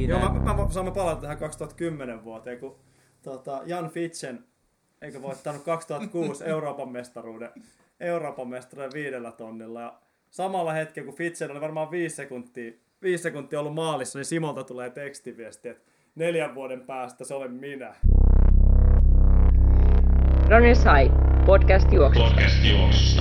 Joo, mä saamme palata tähän 2010 vuoteen, kun Jan Fitchen eikö voittanut 2006 Euroopan mestaruuden 5 tonnilla. Ja samalla hetkellä, kun Fitchen oli varmaan 5 sekuntia ollut maalissa, niin Simolta tulee tekstiviesti, että 4 vuoden päästä se olen minä. Runners High, podcast juoksusta.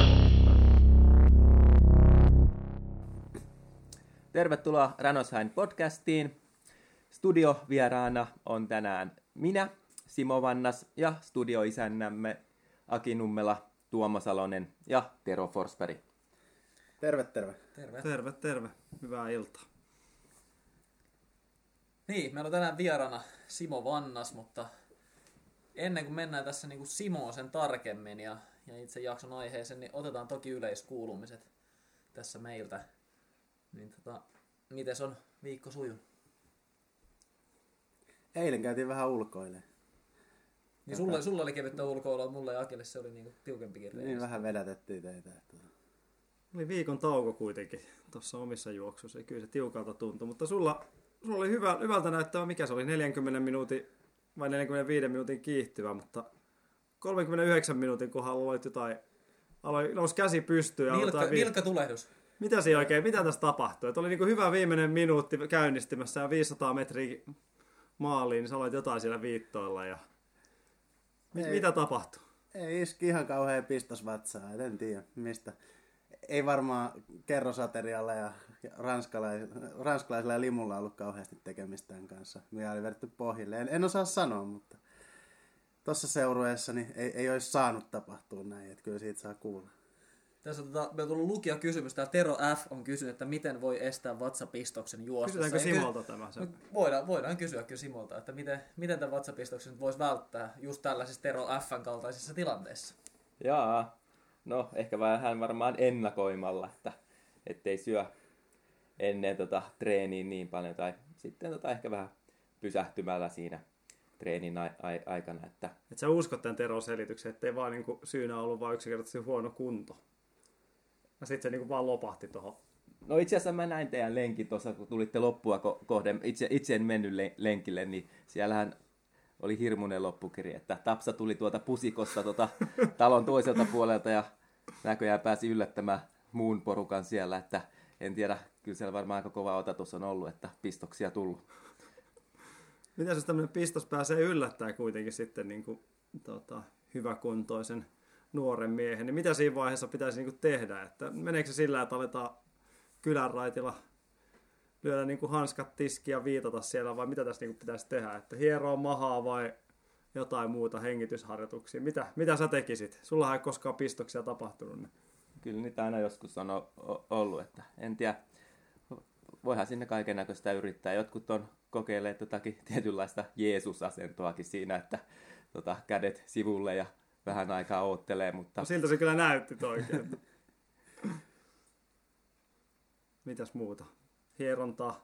Tervetuloa Runners High podcastiin. Studiovieraana on tänään minä, Simo Vannas, ja studioisännämme Aki Nummela, Tuomo Salonen ja Tero Forsberg. Terve, terve. Terve. Hyvää iltaa. Niin, meillä on tänään vieraana Simo Vannas, mutta ennen kuin mennään tässä niin kuin Simoon sen tarkemmin ja itse jakson aiheeseen, niin otetaan toki yleiskuulumiset tässä meiltä. Niin mites on viikko sujunut? Eilen käytiin vähän ulkoilemaan. Niin sulla oli kevyttä ulkoilua, mulle ja Akille se oli niinku tiukempikin reissu. Niin vähän vedätettiin teitä. Oli viikon tauko kuitenkin tuossa omissa juoksuissa, kyllä se tiukalta tuntui, mutta sulla oli hyvältä näyttävä, mikä se oli, 40 minuutin vai 45 minuutin kiihtyvä, mutta 39 minuutin kohdalla aloit jotain, nousi käsi pystyyn. Vilkka tulehdus. Mitä tässä tapahtui? Että oli niin kuin hyvä viimeinen minuutti käynnistymässä ja 500 metriä maaliin, niin sä aloit jotain siellä viittoilla. Ja mitä tapahtui? Ei iski ihan kauhean pistosvatsaa, en tiedä mistä. Ei varmaan kerrosaterialla ja ranskalaisilla ja limulla ollut kauheasti tekemistään kanssa. Mikä oli vedetty pohjille. En osaa sanoa, mutta tuossa seurueessa niin ei olisi saanut tapahtua näin, että kyllä siitä saa kuulla. Tässä on meillä on tullut lukijakysymys. Täällä Tero F. on kysynyt, että miten voi estää vatsapistoksen juostessa. Kysytäänkö Simolta tämä? Voidaan kysyä kyllä Simolta, että miten tämän vatsapistoksen voisi välttää just tällaisissa Tero F:n kaltaisissa tilanteissa. Jaa, no ehkä vähän varmaan ennakoimalla, että ettei syö ennen treeniä niin paljon. Tai sitten ehkä vähän pysähtymällä siinä treenin aikana. Että sä uskot tämän Teron selityksen, ettei vaan niinku syynä ollut vaan yksinkertaisesti huono kunto. Ja sitten se niinku vaan lopahti tuohon. No itse asiassa mä näin teidän lenkin tuossa, kun tulitte loppua kohden. Itse en mennyt lenkille, niin siellähän oli hirmuinen loppukirja, että Tapsa tuli tuolta pusikosta talon toiselta puolelta ja näköjään pääsi yllättämään muun porukan siellä, että en tiedä, kyllä siellä varmaan aika kova otatus on ollut, että pistoksia tullut. Mitä jos tämmöinen pistos pääsee yllättämään kuitenkin sitten niin kuin, hyväkuntoisen nuoren miehen, niin mitä siinä vaiheessa pitäisi niin kuin tehdä? Että meneekö se sillä, että aletaan kylän raitilla lyödä niin kuin hanskat tiskiin ja viitata siellä, vai mitä tässä niin kuin pitäisi tehdä? Että hieroa mahaa vai jotain muuta hengitysharjoituksia? Mitä sä tekisit? Sullahan ei koskaan pistoksia tapahtunut. Niin. Kyllä niitä aina joskus on ollut, että en tiedä. Voihan sinne kaikennäköistä yrittää. Jotkut on kokeilleet jotakin tietynlaista Jeesus-asentoakin siinä, että kädet sivulle ja vähän aikaa oottelee, mutta... No, siltä se kyllä näytti oikein. Mitäs muuta? Hierontaa?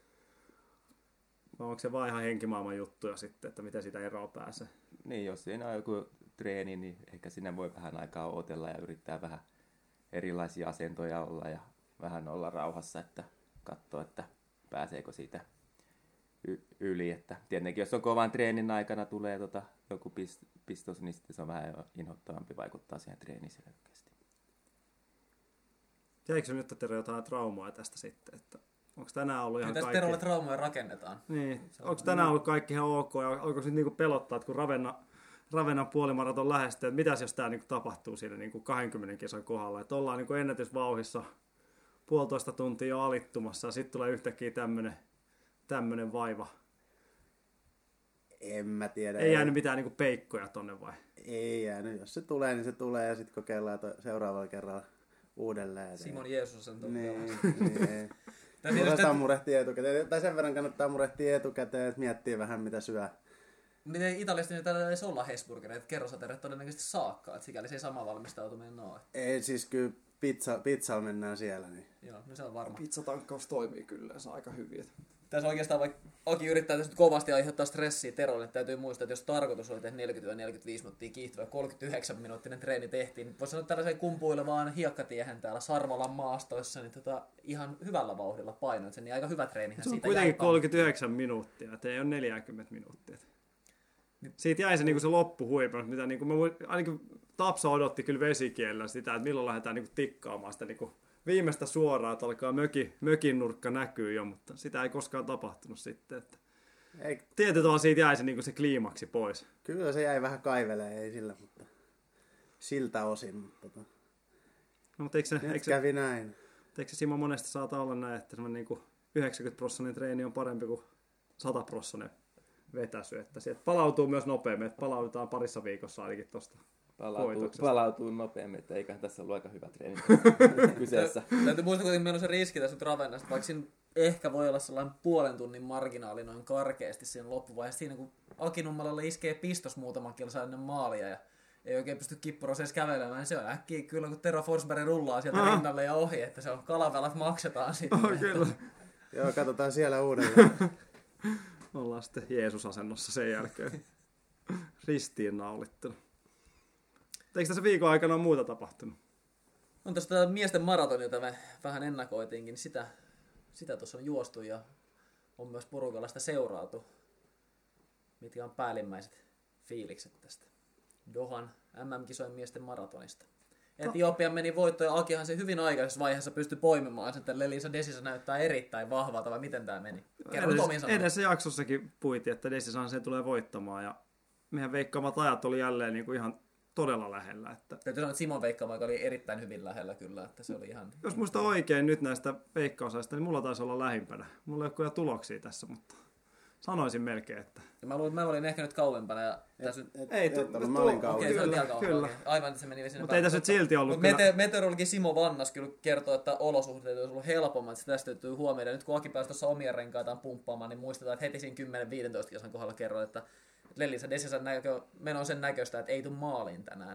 Vai onko se vaan ihan henkimaailman juttuja sitten, että miten sitä eroa pääsee? Niin, jos siinä on joku treeni, niin ehkä sinne voi vähän aikaa ootella ja yrittää vähän erilaisia asentoja olla ja vähän olla rauhassa, että katsoa, että pääseekö siitä yli. Että tietenkin jos on kovan treenin aikana tulee joku pistos, niin sitten se on vähän inhottavampi vaikuttaa siihen treeniin selkeästi. Jäikö nyt Tero jotain traumaa tästä sitten? Että onko tänään ollut ihan kaikki... Terolle traumoja rakennetaan. Niin. Onko tänään ollut kaikki ihan ok ja alkoiko nyt niinku pelottaa, että kun Ravennan puolimaraton lähestyy, että mitäs jos tämä niinku tapahtuu siinä niinku 20 kisan kohdalla, että ollaan niinku ennätysvauhissa 1,5 tuntia jo alittumassa ja sitten tulee yhtäkkiä tämmönen vaiva. En mä tiedä. Ei jäänyt mitään niinku peikkoja tonne vai? Ei jäänyt. Jos se tulee, niin se tulee ja sitten kokeillaan seuraavalla kerralla uudelleen. Simon Jeesus on totta. Niin. Osataan murehtia etukäteen. Tai sen verran kannattaa murehtia etukäteen, että miettii vähän mitä syö. Miten Italiasta niin täällä ei edes olla Hesburgereita, että kerrosatereet todennäköisesti saakka, että sikäli se ei sama valmistautuminen ole. Ei siis kyllä pizzalla mennään siellä. Niin. Joo, no se on varma. Pizzatankkaus toimii kyllä, se on aika hyvin. tässä oikeastaan vaikka Aki yrittää tässä nyt kovasti aiheuttaa stressiä Terolle, niin täytyy muistaa, että jos tarkoitus oli tehdä 40-45 minuuttia kiihtyvä 39-minuuttinen treeni tehtiin, niin voisi sanoa tällaiseen kumpuilevaan hiekkatiehen täällä Sarvalan maastoissa, niin ihan hyvällä vauhdilla painoit sen, niin aika hyvä treenihän Se on siitä kuitenkin jäi. 39 minuuttia, että ei ole 40 minuuttia. Siitä jäi se, niin kuin se loppuhuipennus, mitä niin kuin ainakin Tapsa odotti kyllä vesikielellä sitä, että milloin lähdetään niin kuin tikkaamaan sitä niin kuin viimeistä suoraan, että alkaa mökin nurkka näkyy jo, mutta sitä ei koskaan tapahtunut sitten. Että tietyllä tavalla siitä jäi se, niin kuin se kliimaksi pois. Kyllä se jäi vähän kaivelee, ei sillä, mutta siltä osin. Mutta No, mutta eikö kävi näin. se Simo monesti saata olla näin, että niin kuin 90% treeni on parempi kuin 100% vetäsy, että sieltä palautuu myös nopeammin, että palaudutaan parissa viikossa ainakin tuosta Palautuu nopeammin, että eiköhän tässä ollut aika hyvä treeni kyseessä. Täytyy muistaa kuitenkin, meillä on se riski tässä nyt Ravennasta, vaikka siinä ehkä voi olla sellainen puolen tunnin marginaali noin karkeasti siinä loppuvaiheessa. Siinä kun Aki Nummelalle iskee pistos muutaman kilsa ennen maalia ja ei oikein pysty kippuroseessa kävelemään, niin se on äkkiä kyllä, kun Tero Forsberg rullaa sieltä rinnalle ja ohi, että se on kalavelat maksetaan sitten. Kyllä. Joo, katsotaan siellä uudelleen. Ollaan sitten Jeesus-asennossa sen jälkeen ristiin naulittuna. Eikö tässä viikon aikana ole muuta tapahtunut? On tässä tämä miesten maraton, jota me vähän ennakoitiinkin, niin sitä tuossa on juostu ja on myös porukalla sitä seuraatu. Mitkä on päällimmäiset fiilikset tästä Dohan MM-kisojen miesten maratonista? Etiopia meni voittoon ja Akihan se hyvin aikaisessa vaiheessa pystyi poimimaan sen, että Lelisa Desisa näyttää erittäin vahvalta, vai miten tämä meni? Edessä jaksossakin puitiin, että Desisan se tulee voittamaan ja meidän veikkaamat ajat oli jälleen niin kuin ihan todella lähellä. Että täytyy sanoa, että Simon veikkaama oli erittäin hyvin lähellä kyllä, että se oli ihan... Jos muistan oikein nyt näistä veikkausajista, niin mulla taisi olla lähimpänä. Mulla ei ole kyllä tuloksia tässä, mutta sanoisin melkein, että... Ja mä luulen, että mä olin ehkä nyt kauempana ja tässä... Mä olin kauempana. Okei, se oli vielä kauempana. Kyllä. Okay. Aivan, että se meni sinne. Mutta ei tässä nyt silti ollut Meteorologi Simo Vannas kyllä kertoo, että olosuhteet olisi ollut helpommat, että tästä täytyy huomioida. Nyt kun Aki pääsi tuossa omia renkaitaan pumppaamaan, niin muistetaan, että heti siinä 10-15 kilsan kohdalla kerroin, että Lelisa Desisan meno on sen näköistä, että ei tule maaliin tänään.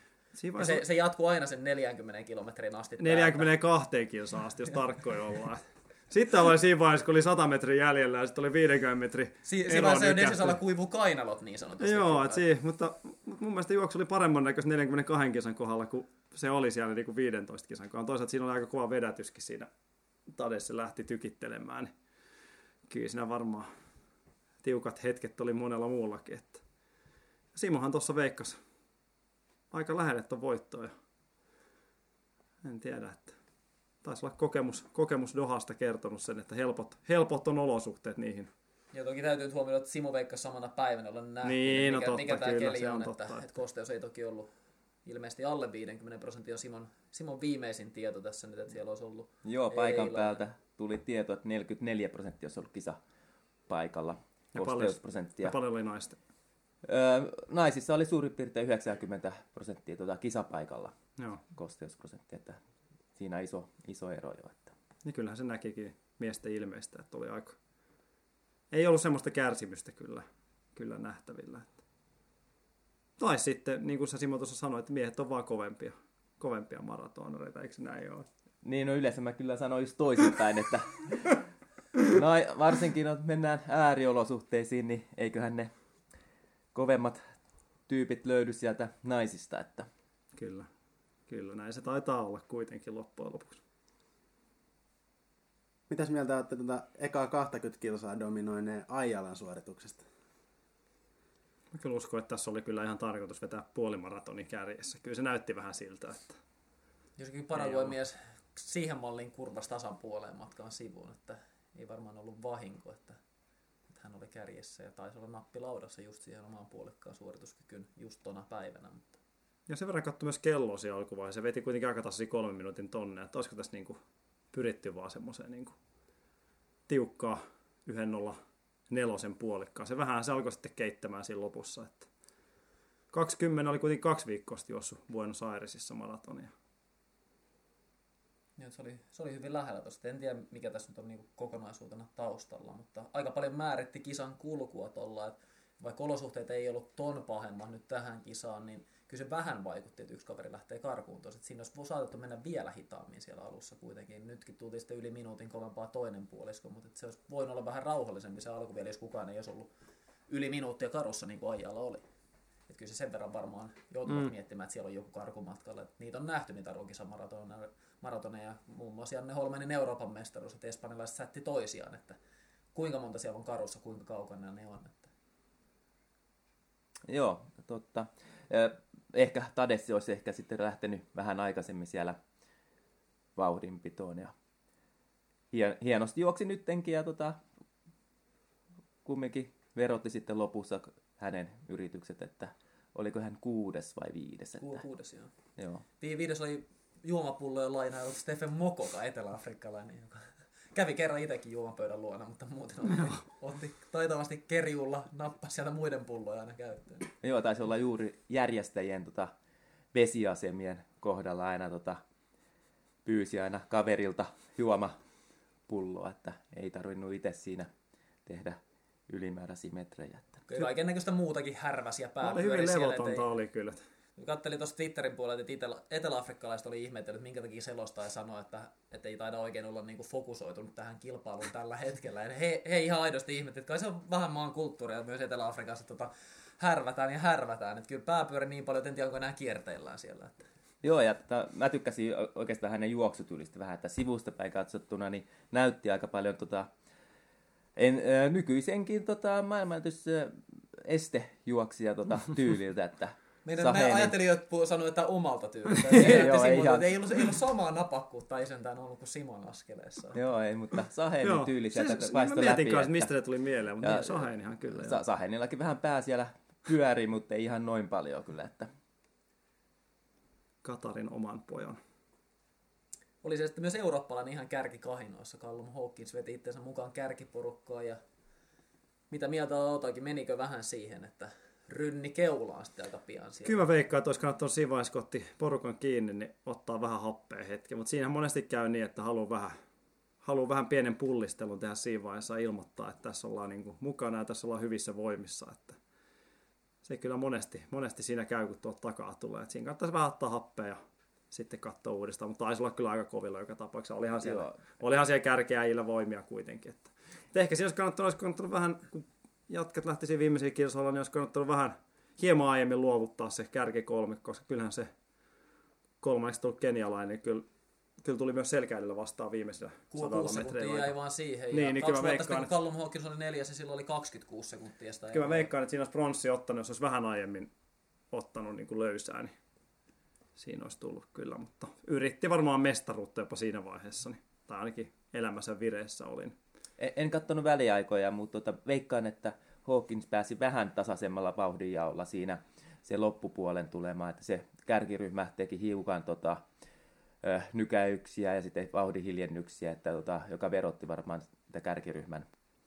Se jatkuu aina sen 40 kilometrin asti. 42 kilsaa asti, jos tarkkoin ollaan. Sitten oli siinä vaiheessa, kun oli 100 metrin jäljellä ja sitten oli 50 metrin siinä vaiheessa jo Desisalla kuivuu kainalot niin sanotusti. Joo, mutta mun mielestä juoksu oli paremman näköistä 42 kisan kohdalla, kun se oli siellä niin kuin 15 kisan kohdalla. Toisaalta siinä oli aika kova vedätyskin siinä Tadessa lähti tykittelemään. Niin kyllä siinä varmaan tiukat hetket oli monella muullakin. Että Simohan tuossa veikkasi aika lähelle tuon voittoon. En tiedä, että taisi olla kokemus Dohasta kertonut sen, että helpot on olosuhteet niihin. Ja toki täytyy nyt huomioida, että Simo veikkasi samana päivänä olla nähty, niin, mikä tämä keli on, totta. Että kosteus ei toki ollut ilmeisesti alle 50% on Simon viimeisin tieto tässä nyt, että siellä olisi ollut. Joo, paikan päältä tuli tieto, että 44% olisi ollut kisa paikalla. Kosteusprosenttia. Ja paljon oli naisten. Naisissa oli suurin piirtein 90% kisapaikalla. Joo. Kosteusprosentti, että siinä iso ero jo. Että. Niin kyllähän se näkikin miesten ilmeistä, että oli aika... Ei ollut semmoista kärsimystä kyllä nähtävillä. Että. Tai sitten, niin kuin sä Simo tuossa sanoit, että miehet on vaan kovempia maratonareita, eikö se näin ole? Niin, no yleensä mä kyllä sanoisin toisinpäin, että varsinkin kun mennään ääriolosuhteisiin, niin eiköhän ne kovemmat tyypit löydy sieltä naisista. Että. Kyllä, näin se taitaa olla kuitenkin loppujen lopuksi. Mitäs mieltä olette ekaa 20 kilsaa dominoineen Aijalan suorituksesta? Mä kyllä uskon, että tässä oli kyllä ihan tarkoitus vetää puolimaratonin kärjessä. Kyllä se näytti vähän siltä, että... Joskin Paraguay-mies siihen malliin kurvasi tasan puoleen matkaan sivuun, että ei varmaan ollut vahinko, että hän oli kärjessä ja taisi olla nappilaudassa just siihen omaan puolikkaan suorituskykyyn just tona päivänä. Mutta... Ja sen verran katsoi myös kelloa siinä alkuvaiheessa. Se veti kuitenkin aika tasaisia 3 minuutin tonne, että olisiko tässä niinku pyritty vaan semmoiseen niinku tiukkaa 1.04 puolikkaan. Se alkoi sitten keittämään siinä lopussa. Että 20 oli kuitenkin 2 viikkoa sitten juossut Buenos Airesissa maratonia. Ja se oli hyvin lähellä tuosta. En tiedä, mikä tässä nyt on niinku kokonaisuutena taustalla, mutta aika paljon määritti kisan kulkua tuolla. Vaikka olosuhteet ei ollut ton pahemmat nyt tähän kisaan, niin kyllä se vähän vaikutti, että yksi kaveri lähtee karkuun tosi. Siinä olisi saatettu mennä vielä hitaammin siellä alussa kuitenkin. Nytkin tultiin sitten yli minuutin kovempaa toinen puolisko, mutta se olisi voinut olla vähän rauhallisempi se alku vielä, jos kukaan ei olisi ollut yli minuuttia karussa niin kuin ajalla oli. Että kyllä se sen verran varmaan joutuvat miettimään, että siellä on joku karkumatkalla. Että niitä on nähty niitä ruokisamaratoneja, muun muassa Janne Holmenin Euroopan mestaruus, että espanjalaiset sätti toisiaan, että kuinka monta siellä on karussa, kuinka kaukana ne on. Että. Joo, totta. Ehkä Tadessi olisi ehkä sitten lähtenyt vähän aikaisemmin siellä vauhdinpitoon. Ja hienosti juoksi nyttenkin ja kumminkin verotti sitten lopussa hänen yritykset, että oliko hän 6. vai 5. 6, joo. Joo. 5 oli juomapullojen lainailut Stephen Mokoka, etelä-afrikkalainen, joka kävi kerran itsekin juomapöydän luona, mutta muuten otti taitavasti kerjuulla, nappasi sieltä muiden pulloja aina käyttöön. Joo, taisi olla juuri järjestäjien vesiasemien kohdalla aina pyysi aina kaverilta juomapulloa, että ei tarvinnut itse siinä tehdä ylimääräisiä metrejä. Kyllä kaikennäköistä muutakin härväsiä pääpyöriä. Oli hyvin levotonta oli kyllä. Kattelin tuossa Twitterin puolella, että eteläafrikkalaiset oli ihmetellyt, minkä takia selostaa ja sanoi, että ei taida oikein olla niinku fokusoitunut tähän kilpailuun tällä hetkellä. Ja he ihan aidosti ihmettelivät, että kai se on vähän maan kulttuuria myös Etelä-Afrikassa, että härvätään. Että kyllä pääpyöri niin paljon, että en tiedä, onko enää kierteillään siellä. Että. Joo, ja mä tykkäsin oikeastaan hänen juoksutyylistä vähän, että sivusta päin katsottuna niin näytti aika paljon nykyisenkin maailmanennätys estejuoksija tyyliltä, että meidän ajattelijoit sanoivat, että omalta tyyliltä. ei ollut samaa napakkuutta, ei sentään ollut kuin Simon askeleessa. Joo, ei, mutta Sahenin tyyli sieltä paistoi läpi. Mä mietin kanssa, mistä ne tuli mieleen, mutta Sahenihan kyllä. Sahenillakin vähän pää siellä pyörii, mutta ei ihan noin paljon kyllä. Että. Katarin oman pojan. Oli se sitten myös eurooppalainen ihan kärkikahinoissa. Callum Hawkins veti itsensä mukaan kärkiporukkaan ja mitä mieltä otakin, menikö vähän siihen, että rynni keulaan sitten aika pian siellä. Kyllä mä veikkaan, että olisi kannattanut siinä vaiheessa, kun otti porukan kiinni, niin ottaa vähän happea hetki. Mutta siinä monesti käy niin, että haluaa vähän pienen pullistelun tehdä siinä vaiheessa ja ilmoittaa, että tässä ollaan niin kuin mukana ja tässä ollaan hyvissä voimissa. Että se kyllä monesti siinä käy, kun tuolta takaa tulee. Että siinä kannattaisi vähän ottaa happea ja sitten katsoa uudestaan, mutta taisi olla kyllä aika kovilla joka tapauksessa. Olihan siellä kärkeäjillä voimia kuitenkin. Että ehkä siinä olisi kannattanut vähän, kun jatkat lähti siinä viimeisiä kilsoilla, niin olisi kannattanut vähän hieman aiemmin luovuttaa se kärki 3, koska kyllähän se kolmanneksi tullut kenialainen, niin kyllä tuli myös selkäilillä vastaan viimeisillä 100 metreillä. Jäi vaan siihen. Niin, ja 2 vuotta sitten, kun Callum Hawkins oli 4, se silloin oli 26 sekuntia. Kyllä mä veikkaan, että siinä olisi pronssi ottanut, jos olisi vähän aiemmin ottanut niin kuin löysää, niin siinä olisi tullut kyllä. Mutta yritti varmaan mestaruutta jopa siinä vaiheessa, niin, tai ainakin elämänsä vireessä olin. En katsonut väliaikoja, mutta veikkaan, että Hawkins pääsi vähän tasaisemmalla vauhdinjaolla siinä se loppupuolen tulemaan, että se kärkiryhmä teki hiukan nykäyksiä ja sitten vauhdinhiljennyksiä, että joka verotti varmaan sitä kärkiryhmän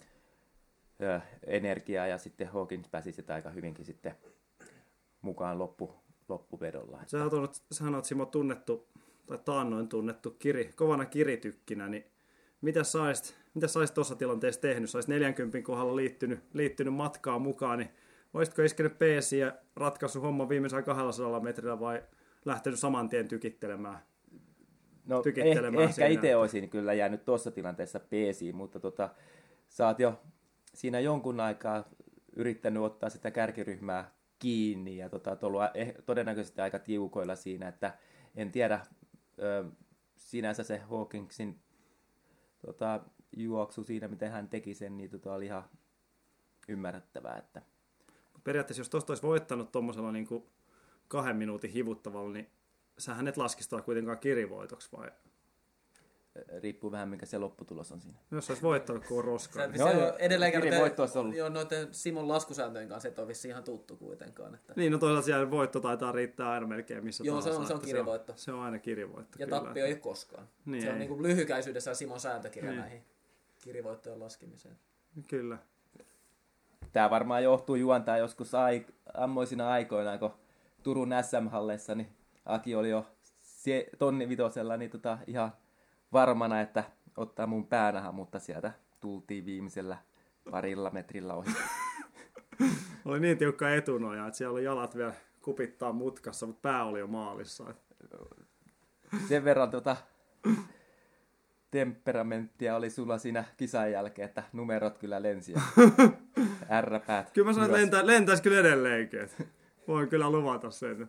energiaa ja sitten Hawkins pääsi sitä aika hyvinkin sitten mukaan loppuvedolla. Sähän olet Simo tunnettu, tai taannoin tunnettu kovana kiritykkinä, niin mitä saisit tuossa tilanteessa tehnyt? Saisit 40 kohdalla liittynyt matkaan mukaan, niin olisitko iskenyt peesiin ja ratkaissut homman viimeisellä 200 metrillä vai lähtenyt saman tien tykittelemään? No ehkä itse olisin kyllä jäänyt tuossa tilanteessa peesiin, mutta sä oot jo siinä jonkun aikaa yrittänyt ottaa sitä kärkiryhmää kiinni ja ollut todennäköisesti aika tiukoilla siinä, että en tiedä, sinänsä se Hawkinsin juoksu siinä, miten hän teki sen, niin oli ihan ymmärrettävää. Että. Periaatteessa, jos tuosta olisi voittanut tuommoisella niin 2 minuutin hivuttavalla, niin sähän et laskistaa kuitenkaan kirivoitoksi, vai? Riippuu vähän, mikä se lopputulos on siinä. Jos olisi voittanut, kun on roskaa. Edelleenkään noiden Simon laskusääntöjen kanssa et ole vissiin ihan tuttu kuitenkaan. Että. Niin, no toisaalta siellä voitto taitaa riittää aina melkein missä tahansa. Joo, se on kirivoitto. Se on aina kirivoitto. Ja kyllä. tappio ei ole koskaan. Niin se on niin kuin lyhykäisyydessä Simon sääntökirja näihin kirivoittojen laskemiseen. Kyllä. Tämä varmaan johtuu juontaa joskus ammoisina aikoina, kun Turun SM-halleissa, niin Aki oli jo tonnivitosella niin ihan varmana, että ottaa mun päänahan, mutta sieltä tultiin viimeisellä parilla metrillä ohi. Oli niin tiukka etunoja, että siellä oli jalat vielä kupittaa mutkassa, mutta pää oli jo maalissa. Sen verran temperamenttia oli sulla siinä kisan jälkeen, että numerot kyllä lensi ja ärräpäät. Kyllä mä sanoin, että lentäisi kyllä edelleenkin. Voin kyllä luvata sen.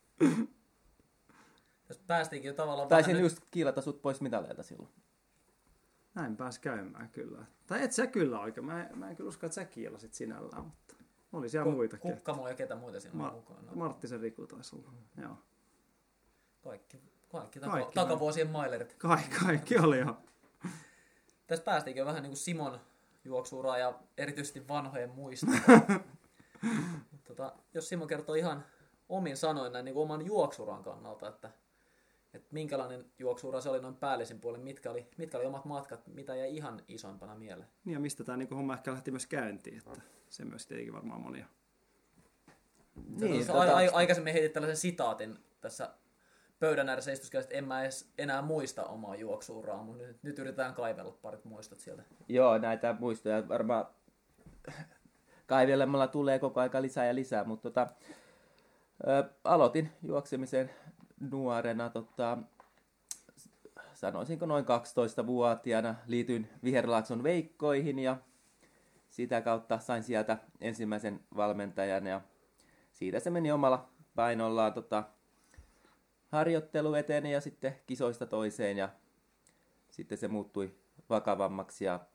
Jos päästiinkin jo tavallaan taisin just kiilata sut pois mitaleilta silloin. Näin pääsi käymään kyllä. Tai et sä kyllä oikein. Mä en kyllä usko, että sä kiilasit sinällään, mutta oli siellä muitakin. Kukkamo ja ketä muita siinä on mukana. Marttisen Riku taisi olla. Joo. Kaikki takavuosien mailerit. Kaikki oli jo. Tässä päästiinkin jo vähän niin kuin Simon juoksuuraa ja erityisesti vanhojen muista. Jos Simo kertoo ihan omin sanoin näin niin kuin oman juoksuuran kannalta, että minkälainen juoksuura se oli noin päällisin puolin, mitkä oli omat matkat, mitä jäi ihan isompana mieleen. Niin ja mistä tämä niin homma ehkä lähti myös käyntiin, että se myös tietenkin varmaan monia. Niin, aikaisemmin heitit tällaisen sitaatin tässä pöydän ääressä istuskella, että en mä edes enää muista omaa juoksuuraa, mutta nyt yritetään kaivella parit muistot sieltä. Joo, näitä muistoja varmaan kaivelemalla tulee koko aika lisää ja lisää, mutta aloitin juoksemisen nuorena, sanoisinko noin 12-vuotiaana, liityin Viherlaakson Veikkoihin ja sitä kautta sain sieltä ensimmäisen valmentajan ja siitä se meni omalla painollaan harjoittelu eteni ja sitten kisoista toiseen ja sitten se muuttui vakavammaksi ja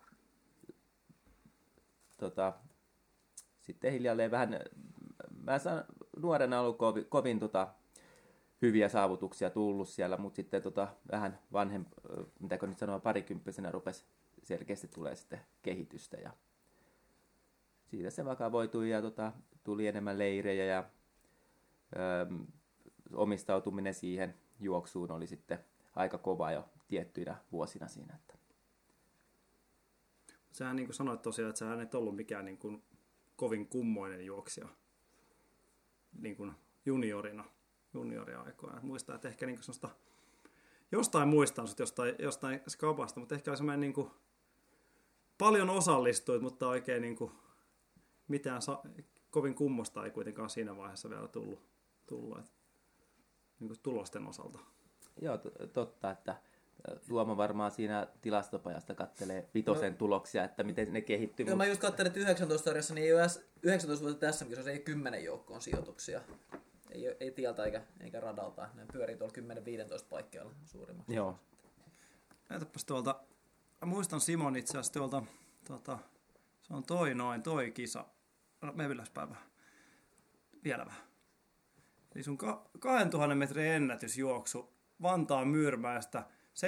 sitten hiljalleen vähän, mä saan nuorena ollut kovin hyviä saavutuksia tullut siellä, mutta sitten vähän mitäkö nyt sanoa, parikymppisenä rupesi selkeästi tulee sitten kehitystä ja siitä se vakavoitui ja tuli enemmän leirejä ja omistautuminen siihen juoksuun oli sitten aika kova jo tiettyinä vuosina siinä. Että. Sähän niin kuin sanoit tosiaan, että sähän et ollut mikään niin kuin kovin kummoinen juoksija niin kuin junioriaikoina. Muistan, että ehkä niin kuin sellaista, jostain muistan sut jostain skapasta, mutta ehkä oli semmoinen niin kuin, paljon osallistuit, mutta oikein niin kuin, mitään kovin kummosta ei kuitenkaan siinä vaiheessa vielä tullut että, niin kuin tulosten osalta. Joo, totta, että Tuomo varmaan siinä tilastopajasta kattelee vitosen tuloksia, että miten ne kehittyy. Joo, mä just katselin, että 19 niin ei ole 19 vuotta SM-kisoissa, ei 10 joukkoon sijoituksia. Ei tieltä eikä radalta. Ne pyörii tuolla 10-15 paikkeilla suurimmaksi. Joo. Näytäpäs tuolta, mä muistan Simon itse asiassa se on toi kisa. Me ylöspäin vielä vähän. Eli sun 2000 metrin ennätysjuoksu Vantaan Myyrmäestä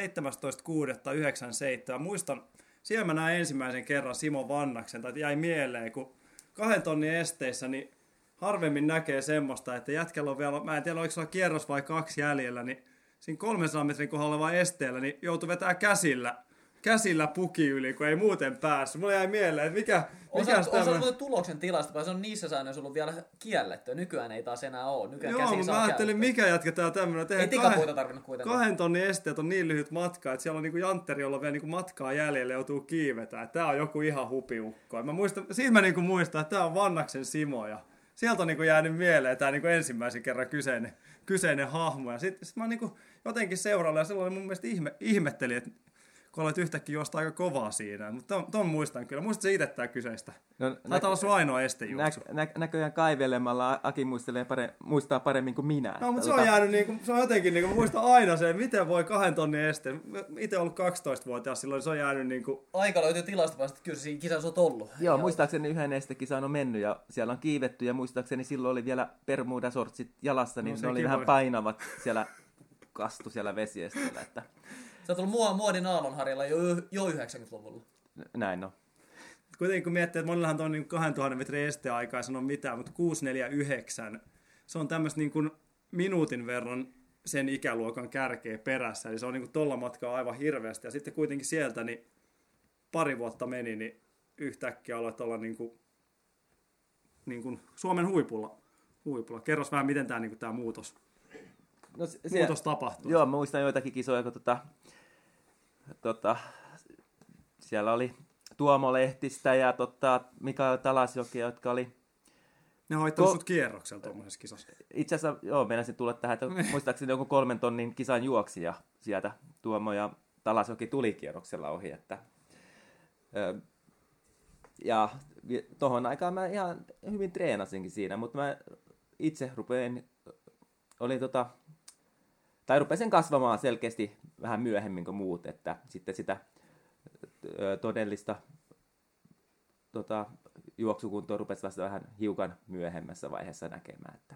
17.6.97. Muistan, siellä mä näin ensimmäisen kerran Simo Vannaksen, tai jäi mieleen, kun 2 tonnin esteissä, niin harvemmin näkee semmoista, että jätkällä on vielä, mä en tiedä oliko sulla kierros vai 2 jäljellä, niin siinä 300 metrin kohdalla oleva esteellä, niin joutui vetää käsillä puki yli, kun ei muuten päässyt. Mulla jäi mieleen, että mikä on tuloksen tilasta, se on niissä säännöissä ollut vielä kielletty. Nykyään ei taas enää ole. Nykyään joo, mutta mä ajattelin, mikä jatketaan tämmöinen. Ei tikapuita tarvinnut kuitenkaan. 2 tonnin esteet on niin lyhyt matka, että siellä on niinku jantteri, jolla on vielä niinku matkaa jäljellä, joutuu kiivetään. Tää on joku ihan hupiukko. Siitä mä niinku muistan, että tää on Vannaksen Simo. Ja sieltä on niinku jäänyt mieleen tää niinku ensimmäisen kerran kyseinen hahmo. Ja sitten mä niinku jotenkin seuraalla ja silloin mun mielestä ihmetteli, että kun olet yhtäkkiä juosta aika kovaa siinä. Mutta ton muistan kyllä. Muistatko itse tää kyseistä? No, taitaa olla sun ainoa estejuoksu. Näköjään kaivelemalla Aki muistaa paremmin kuin minä. No, mutta se on jäänyt niinku, se on jotenkin niinku, muistan aina sen, miten voi 2 tonnin este. Itse ollut 12-vuotias silloin, se on jäänyt niinku. Aika löytyy tilastopasta, että kyllä siinä kisassa on ollut. Joo, muistaakseni yhden estekisaan on mennyt ja siellä on kiivetty ja muistaakseni silloin oli vielä Bermuda-sortsit jalassa, niin ne oli vähän painavat siellä kastu siellä vesiesteellä, että. Sä oot ollut muodin aallonharjalla jo 90-luvulla. Näin on. Kuitenkin kun miettii, että monillahan tuon niin 2000 metrin esteaikaa ei sano mitään, mutta 649, se on tämmöistä niin kuin minuutin verran sen ikäluokan kärkeä perässä. Eli se on niin kuin tolla matkaa aivan hirveästi. Ja sitten kuitenkin sieltä niin 2 vuotta meni, niin yhtäkkiä aloit olla niin kuin Suomen huipulla. Kerros vähän, miten tämä muutos. Muutos tapahtuu. Joo, mä muistan joitakin kisoja, kun siellä oli Tuomo Lehtistä ja Mikael Talasjoki, jotka oli Ne on haittanut sut kierroksella tuommoisessa kisassa. Itse asiassa, joo, meinasin tulla tähän, että muistaakseni joku 3 tonnin kisan juoksija sieltä Tuomo ja Talasjoki tuli kierroksella ohi, että ja tohon aikaan mä ihan hyvin treenasinkin siinä, mutta mä itse rupesin kasvamaan selkeästi vähän myöhemmin kuin muut, että sitten sitä todellista juoksukuntoa rupesi vasta vähän hiukan myöhemmässä vaiheessa näkemään. Että.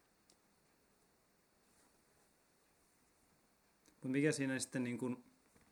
Mutta mikä siinä sitten niin kuin,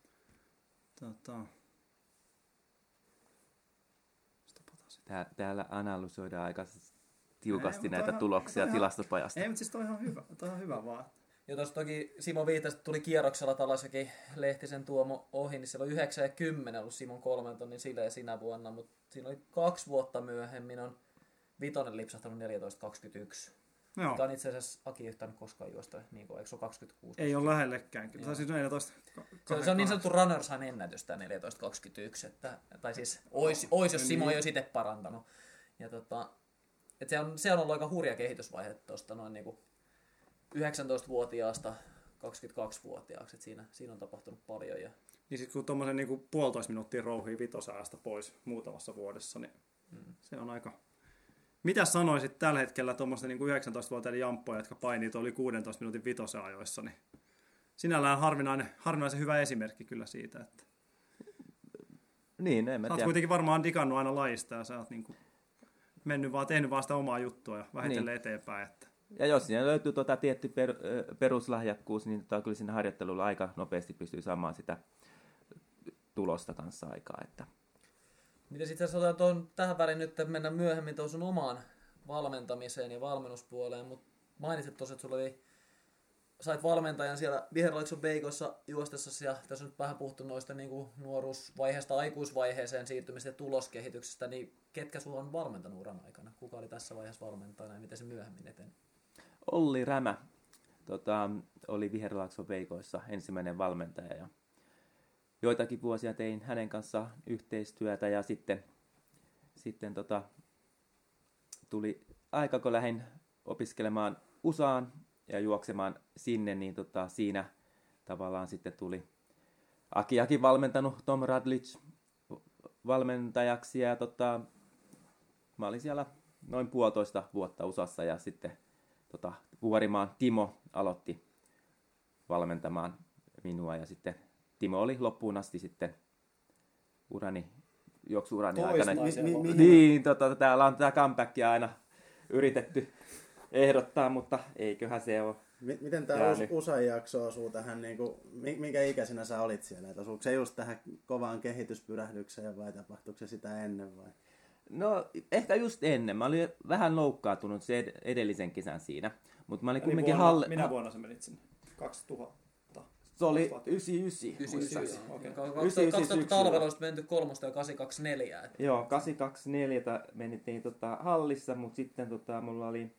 Täällä analysoidaan aika tiukasti näitä tuloksia tilastopajasta. Ei, mutta siis toi on ihan hyvä vaan. Ja tuossa toki Simo viitasi, että tuli kierroksella Talasjoki Lehtisen Tuomo ohi, niin siellä on 9 ja 10 ollut Simon 3 tonnin sileä sinä vuonna, mutta siinä oli 2 vuotta myöhemmin on vitonen lipsahtanut 14.21. Joo. Tämä on itse asiassa Aki ei yhtään koskaan juosta, niin kuin, eikö se ole 26? Ei ole lähellekään. Kyllä. Siis 14. Se on niin sanottu runners high ennätys, tämä 14.21. Tai siis ois jos Simo ei olisi itse parantanut. Ja se on ollut aika hurja kehitysvaihe tuosta noin niin kuin 19-vuotiaasta 22-vuotiaaksi. Että siinä on tapahtunut paljon. Ja Niin sitten kun tuommoisen niin 1,5 minuuttia rouhii vitosajasta pois muutamassa vuodessa, niin se on aika. Mitä sanoisit tällä hetkellä tuommoisten niin 19-vuotiaiden jamppoja, jotka painii oli 16 minuutin vitosajoissa, niin sinällään harvinaisen hyvä esimerkki kyllä siitä, että niin, en mä sä oot tiedä. kuitenkin varmaan digannut aina lajista ja sä oot niin kuin tehnyt vaan sitä omaa juttua ja vähitellen eteenpäin. Että. Ja jos siinä löytyy tietty peruslahjakkuus, niin kyllä siinä harjoittelulla aika nopeasti pystyy saamaan sitä tulosta kanssa aikaa. Että. Miten sitten sä otan tähän väliin nyt, että mennään myöhemmin tuohon sun omaan valmentamiseen ja valmennuspuoleen, mutta mainitsit tuossa, että sait valmentajan siellä Viherlaakson Veikossa juostessasi, ja tässä on nyt vähän puhuttu noista niin kuin nuoruusvaiheesta aikuisvaiheeseen siirtymistä ja tuloskehityksestä, niin ketkä sulla on valmentanut uran aikana? Kuka oli tässä vaiheessa valmentajana ja miten se myöhemmin eteni? Olli Rämä oli Viherlaakson Veikoissa ensimmäinen valmentaja, ja joitakin vuosia tein hänen kanssaan yhteistyötä, ja sitten tuli aika, kun lähdin opiskelemaan USAan ja juoksemaan sinne, niin siinä tavallaan sitten tuli Akiakin valmentanut Tom Radlich valmentajaksi, ja mä olin siellä noin 1,5 vuotta USAssa, ja sitten Vuorimaan Timo aloitti valmentamaan minua, ja sitten Timo oli loppuun asti sitten juoksu-urani aikana. Niin, täällä on tätä comebackia aina yritetty ehdottaa, mutta eiköhän se ole. Miten tämä USAn jakso osuu tähän, niin kuin, minkä ikäisenä sä olit siellä? Et osuuko se just tähän kovaan kehityspyrähdykseen vai tapahtuuko se sitä ennen vai? No ehkä just ennen. Mä olin vähän loukkaantunut se edellisen kesän siinä. Mutta mä olin kumminkin Minä vuonna sä menit sinne? 2000? Se oli 99. Okay. 2000 talvella olisi menty 3 ja 824. Joo, 824 menittiin hallissa, mutta sitten mulla oli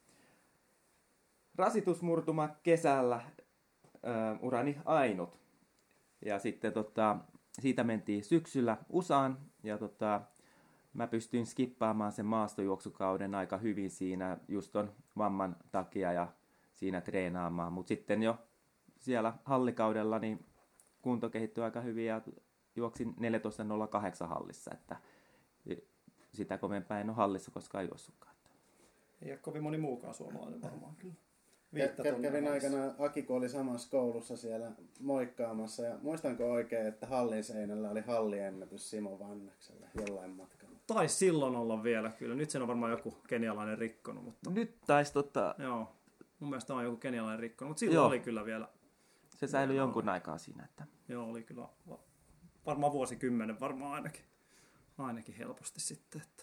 rasitusmurtuma kesällä urani ainut. Ja sitten siitä mentiin syksyllä USAan, ja mä pystyin skippaamaan sen maastojuoksukauden aika hyvin siinä just ton vamman takia ja siinä treenaamaan, mutta sitten jo siellä hallikaudella niin kunto kehittyi aika hyvin ja juoksin 14.08 hallissa, että sitä kovempaa en ole hallissa koskaan juossutkaan. Ei ole kovin moni muukaan suomalainen varmaan kyllä. Kävin aikana Aki, kun oli samassa koulussa siellä moikkaamassa, ja muistanko oikein, että hallin seinällä oli halliennätys Simo Vannaksella jollain matkalla? Taisi silloin olla vielä kyllä. Nyt sen on varmaan joku kenialainen rikkonut. Mutta. Nyt taisi Joo, mun mielestä on joku kenialainen rikkonut, mutta silloin oli kyllä vielä. Se säilyi jonkun aikaa siinä. Että. Joo, oli kyllä varmaan vuosikymmenen varmaan ainakin helposti sitten. Että.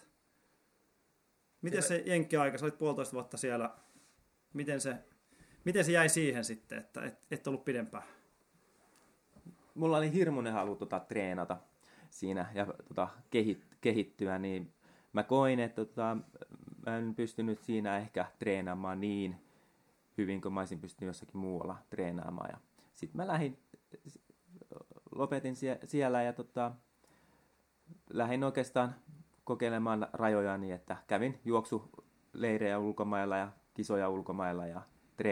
Miten se jenkki-aika, sä olit 1,5 vuotta siellä, miten se jäi siihen sitten, että et ollut pidempään? Mulla oli hirmuinen halu treenata siinä ja kehittyä, niin mä koin, että mä en pystynyt siinä ehkä treenaamaan niin hyvin kuin mä olisin pystynyt jossakin muualla treenaamaan. Ja sitten mä lopetin siellä ja lähdin oikeastaan kokeilemaan rajojani, että kävin leirejä ulkomailla ja kisoja ulkomailla ja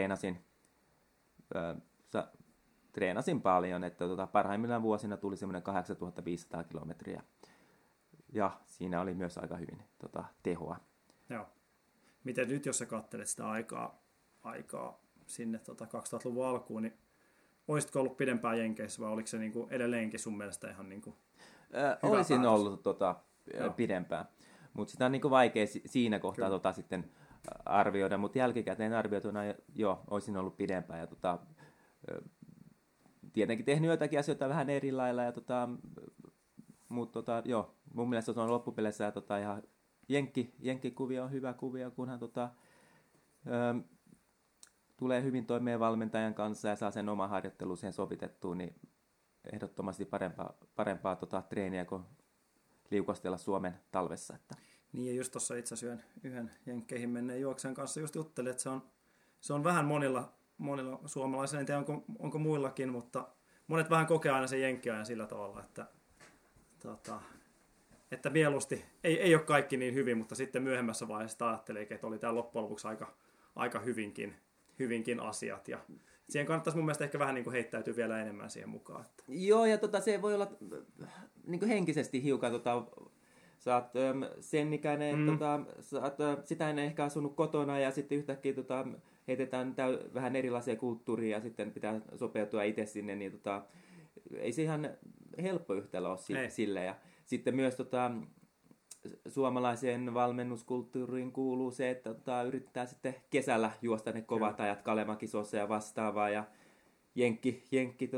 treenasin paljon, että parhaimmillaan vuosina tuli semmoinen 8500 kilometriä. Ja siinä oli myös aika hyvin tehoa. Joo. Miten nyt, jos sä katselet sitä aikaa sinne 2000-luvun alkuun, niin olisitko ollut pidempään Jenkeissä vai oliko se niinku edelleenkin sun mielestä ihan niinku olisin päätös? Ollut pidempään, mutta sitä on niinku vaikea siinä kohtaa sitten arvioida, mutta jälkikäteen arvioituna olisin ollut pidempään ja tietenkin tehnyt joitakin asioita vähän eri lailla, mutta mun mielestä se on loppupeleissä ihan jenkkikuvio on hyvä kuvio, kunhan tulee hyvin toimeen valmentajan kanssa ja saa sen oma harjoittelu siihen sovitettua, niin ehdottomasti parempaa treeniä kuin liukastella Suomen talvessa. Että. Niin ja just tuossa itse asiassa yhden jenkkeihin menneen juoksen kanssa just juttelin, että se on vähän monilla suomalaisilla, en tiedä onko muillakin, mutta monet vähän kokee aina sen jenkkiajan sillä tavalla, että mieluusti ei ole kaikki niin hyvin, mutta sitten myöhemmässä vaiheessa ajattelee, että oli tämä loppujen lopuksi aika hyvinkin asiat. Ja siihen kannattaisi mun mielestä ehkä vähän niin kuin heittäytyä vielä enemmän siihen mukaan. Että. Joo, ja se voi olla niin kuin henkisesti hiukan, sä oot sen ikäinen, sä oot sitä ennen ehkä asunut kotona ja sitten yhtäkkiä heitetään vähän erilaisia kulttuuria ja sitten pitää sopeutua itse sinne, niin ei se ihan helppo yhtälö ole sille. Ja sitten myös suomalaiseen valmennuskulttuuriin kuuluu se, että yritetään sitten kesällä juosta ne kovat ajat Kalemakisossa ja vastaavaa. Ja jenkki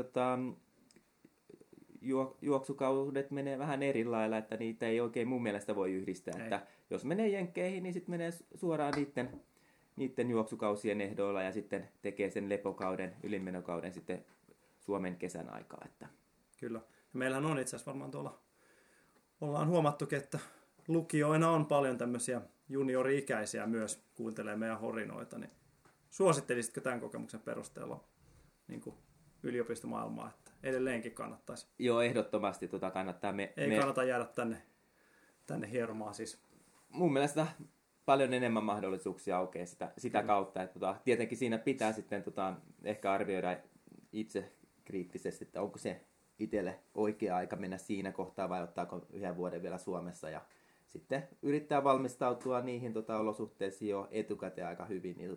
juoksukaudet menee vähän eri lailla, että niitä ei oikein mun mielestä voi yhdistää. Että jos menee jenkkeihin, niin sitten menee suoraan niiden juoksukausien ehdoilla ja sitten tekee sen lepokauden, ylimenokauden sitten Suomen kesän aikaa. Että. Kyllä. Ja meillähän on itse asiassa varmaan tuolla, ollaan huomattukin, että lukioina on paljon tämmöisiä juniori-ikäisiä myös kuuntelee meidän horinoita, niin suosittelisitko tämän kokemuksen perusteella niin kuin yliopistomaailmaa, että edelleenkin kannattaisi? Joo, ehdottomasti kannattaa. Kannata jäädä tänne hieromaan siis. Mun mielestä paljon enemmän mahdollisuuksia aukeaa sitä kautta, että tietenkin siinä pitää sitten ehkä arvioida itse kriittisesti, että onko se itselle oikea aika mennä siinä kohtaa vai ottaako yhden vuoden vielä Suomessa ja sitten yrittää valmistautua niihin olosuhteisiin jo etukäteen aika hyvin, niin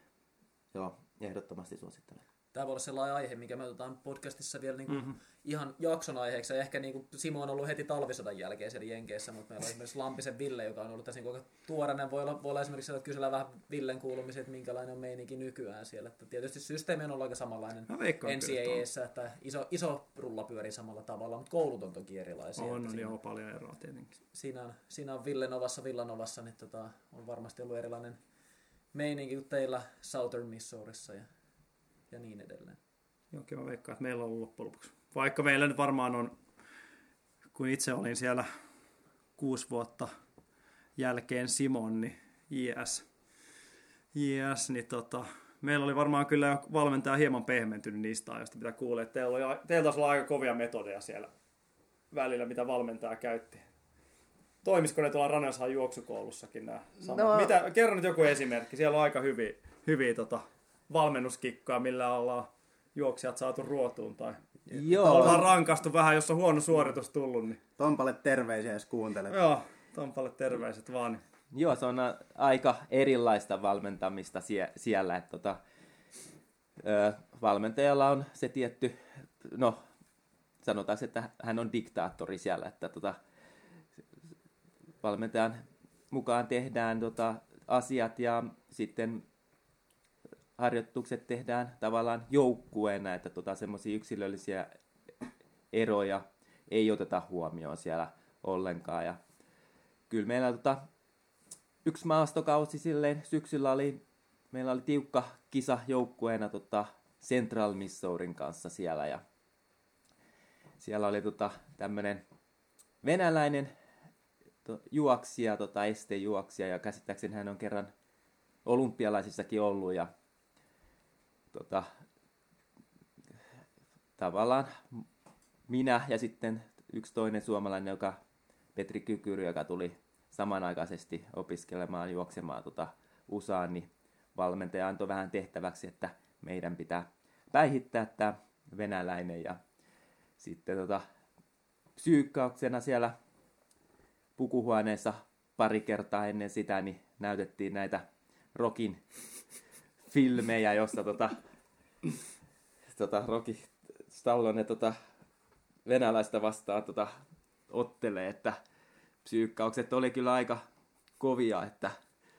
ehdottomasti suosittelen. Tämä voi olla sellainen aihe, mikä me otetaan podcastissa vielä ihan jakson aiheeksi. Ja ehkä Simo on ollut heti talvisodan jälkeen siellä Jenkeissä, mutta meillä on esimerkiksi Lampisen Ville, joka on ollut tässä aika tuoreinen. Voi olla esimerkiksi, että kysellään vähän Villen kuulumisia, että minkälainen on meininki nykyään siellä. Että tietysti systeemi on ollut aika samanlainen NCAA:ssä, että iso rulla pyörii samalla tavalla, mutta koulut on toki erilaisia. On paljon eroa tietenkin. Siinä on Villanovassa, niin on varmasti ollut erilainen meininki kuin teillä Southern Missourissa ja niin edelleen. Joo, mä veikkaan, että meillä on ollut loppujen lopuksi. Vaikka meillä nyt varmaan on, kun itse olin siellä 6 vuotta jälkeen Simon, niin JS niin meillä oli varmaan kyllä jo valmentaja hieman pehmentynyt niistä ajoista, mitä kuulee. Teillä taisi olla aika kovia metodeja siellä välillä, mitä valmentaja käytti. Toimisiko ne tuolla Ranelsahan juoksukoulussakin nämä samat? Kerro nyt joku esimerkki. Siellä on aika hyviä valmennuskikkaa, millä ollaan juoksijat saatu ruotuun tai ollaan rankastu vähän, jos on huono suoritus tullut. Niin. Tompalle terveisiä, jos kuuntelet. Joo, Tompalle terveiset vaan. Joo, se on aika erilaista valmentamista siellä. Että valmentajalla on se tietty, sanotaan, että hän on diktaattori siellä, että valmentajan mukaan tehdään asiat ja sitten harjoitukset tehdään tavallaan joukkueena, että semmoisia yksilöllisiä eroja ei oteta huomioon siellä ollenkaan. Ja kyllä meillä yksi maastokausi silleen syksyllä meillä oli tiukka kisa joukkueena Central Missourin kanssa siellä ja siellä oli tämmöinen venäläinen juoksija, estejuoksija ja käsittääkseni hän on kerran olympialaisissakin ollut ja tavallaan minä ja sitten yksi toinen suomalainen, Petri Kykyry, joka tuli samanaikaisesti opiskelemaan, juoksemaan USAan, niin valmentaja antoi vähän tehtäväksi, että meidän pitää päihittää tämä venäläinen. Ja sitten psyykkauksena siellä pukuhuoneessa pari kertaa ennen sitä niin näytettiin näitä Rockin filmejä, jossa Rocky Stallone venäläistä vastaan ottelee, että psyykkaukset oli kyllä aika kovia, että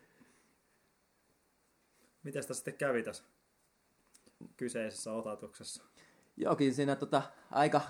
Miten sitä sitten kävi tässä kyseisessä otatuksessa? jokin siinä aika,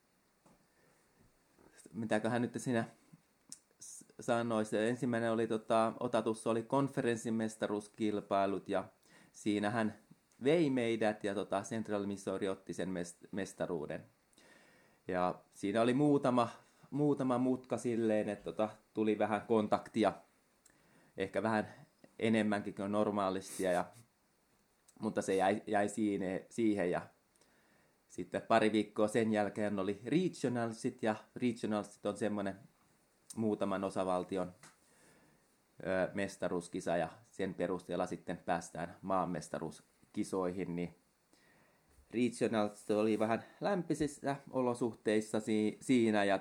mitäköhän nyt siinä sanoisi, ensimmäinen oli otatussa oli konferenssimestaruuskilpailut ja siinä hän vei meidät ja Central Missouri otti sen mestaruuden. Ja siinä oli muutama mutka silleen, että tuli vähän kontaktia, ehkä vähän enemmänkin kuin normaalisti, mutta se jäi siihen. Ja sitten pari viikkoa sen jälkeen oli regionalsit, ja regionalsit on semmoinen muutaman osavaltion mestaruuskisa, ja sen perusteella sitten päästään maanmestaruuskisoihin, niin regionals oli vähän lämpisissä olosuhteissa siinä, ja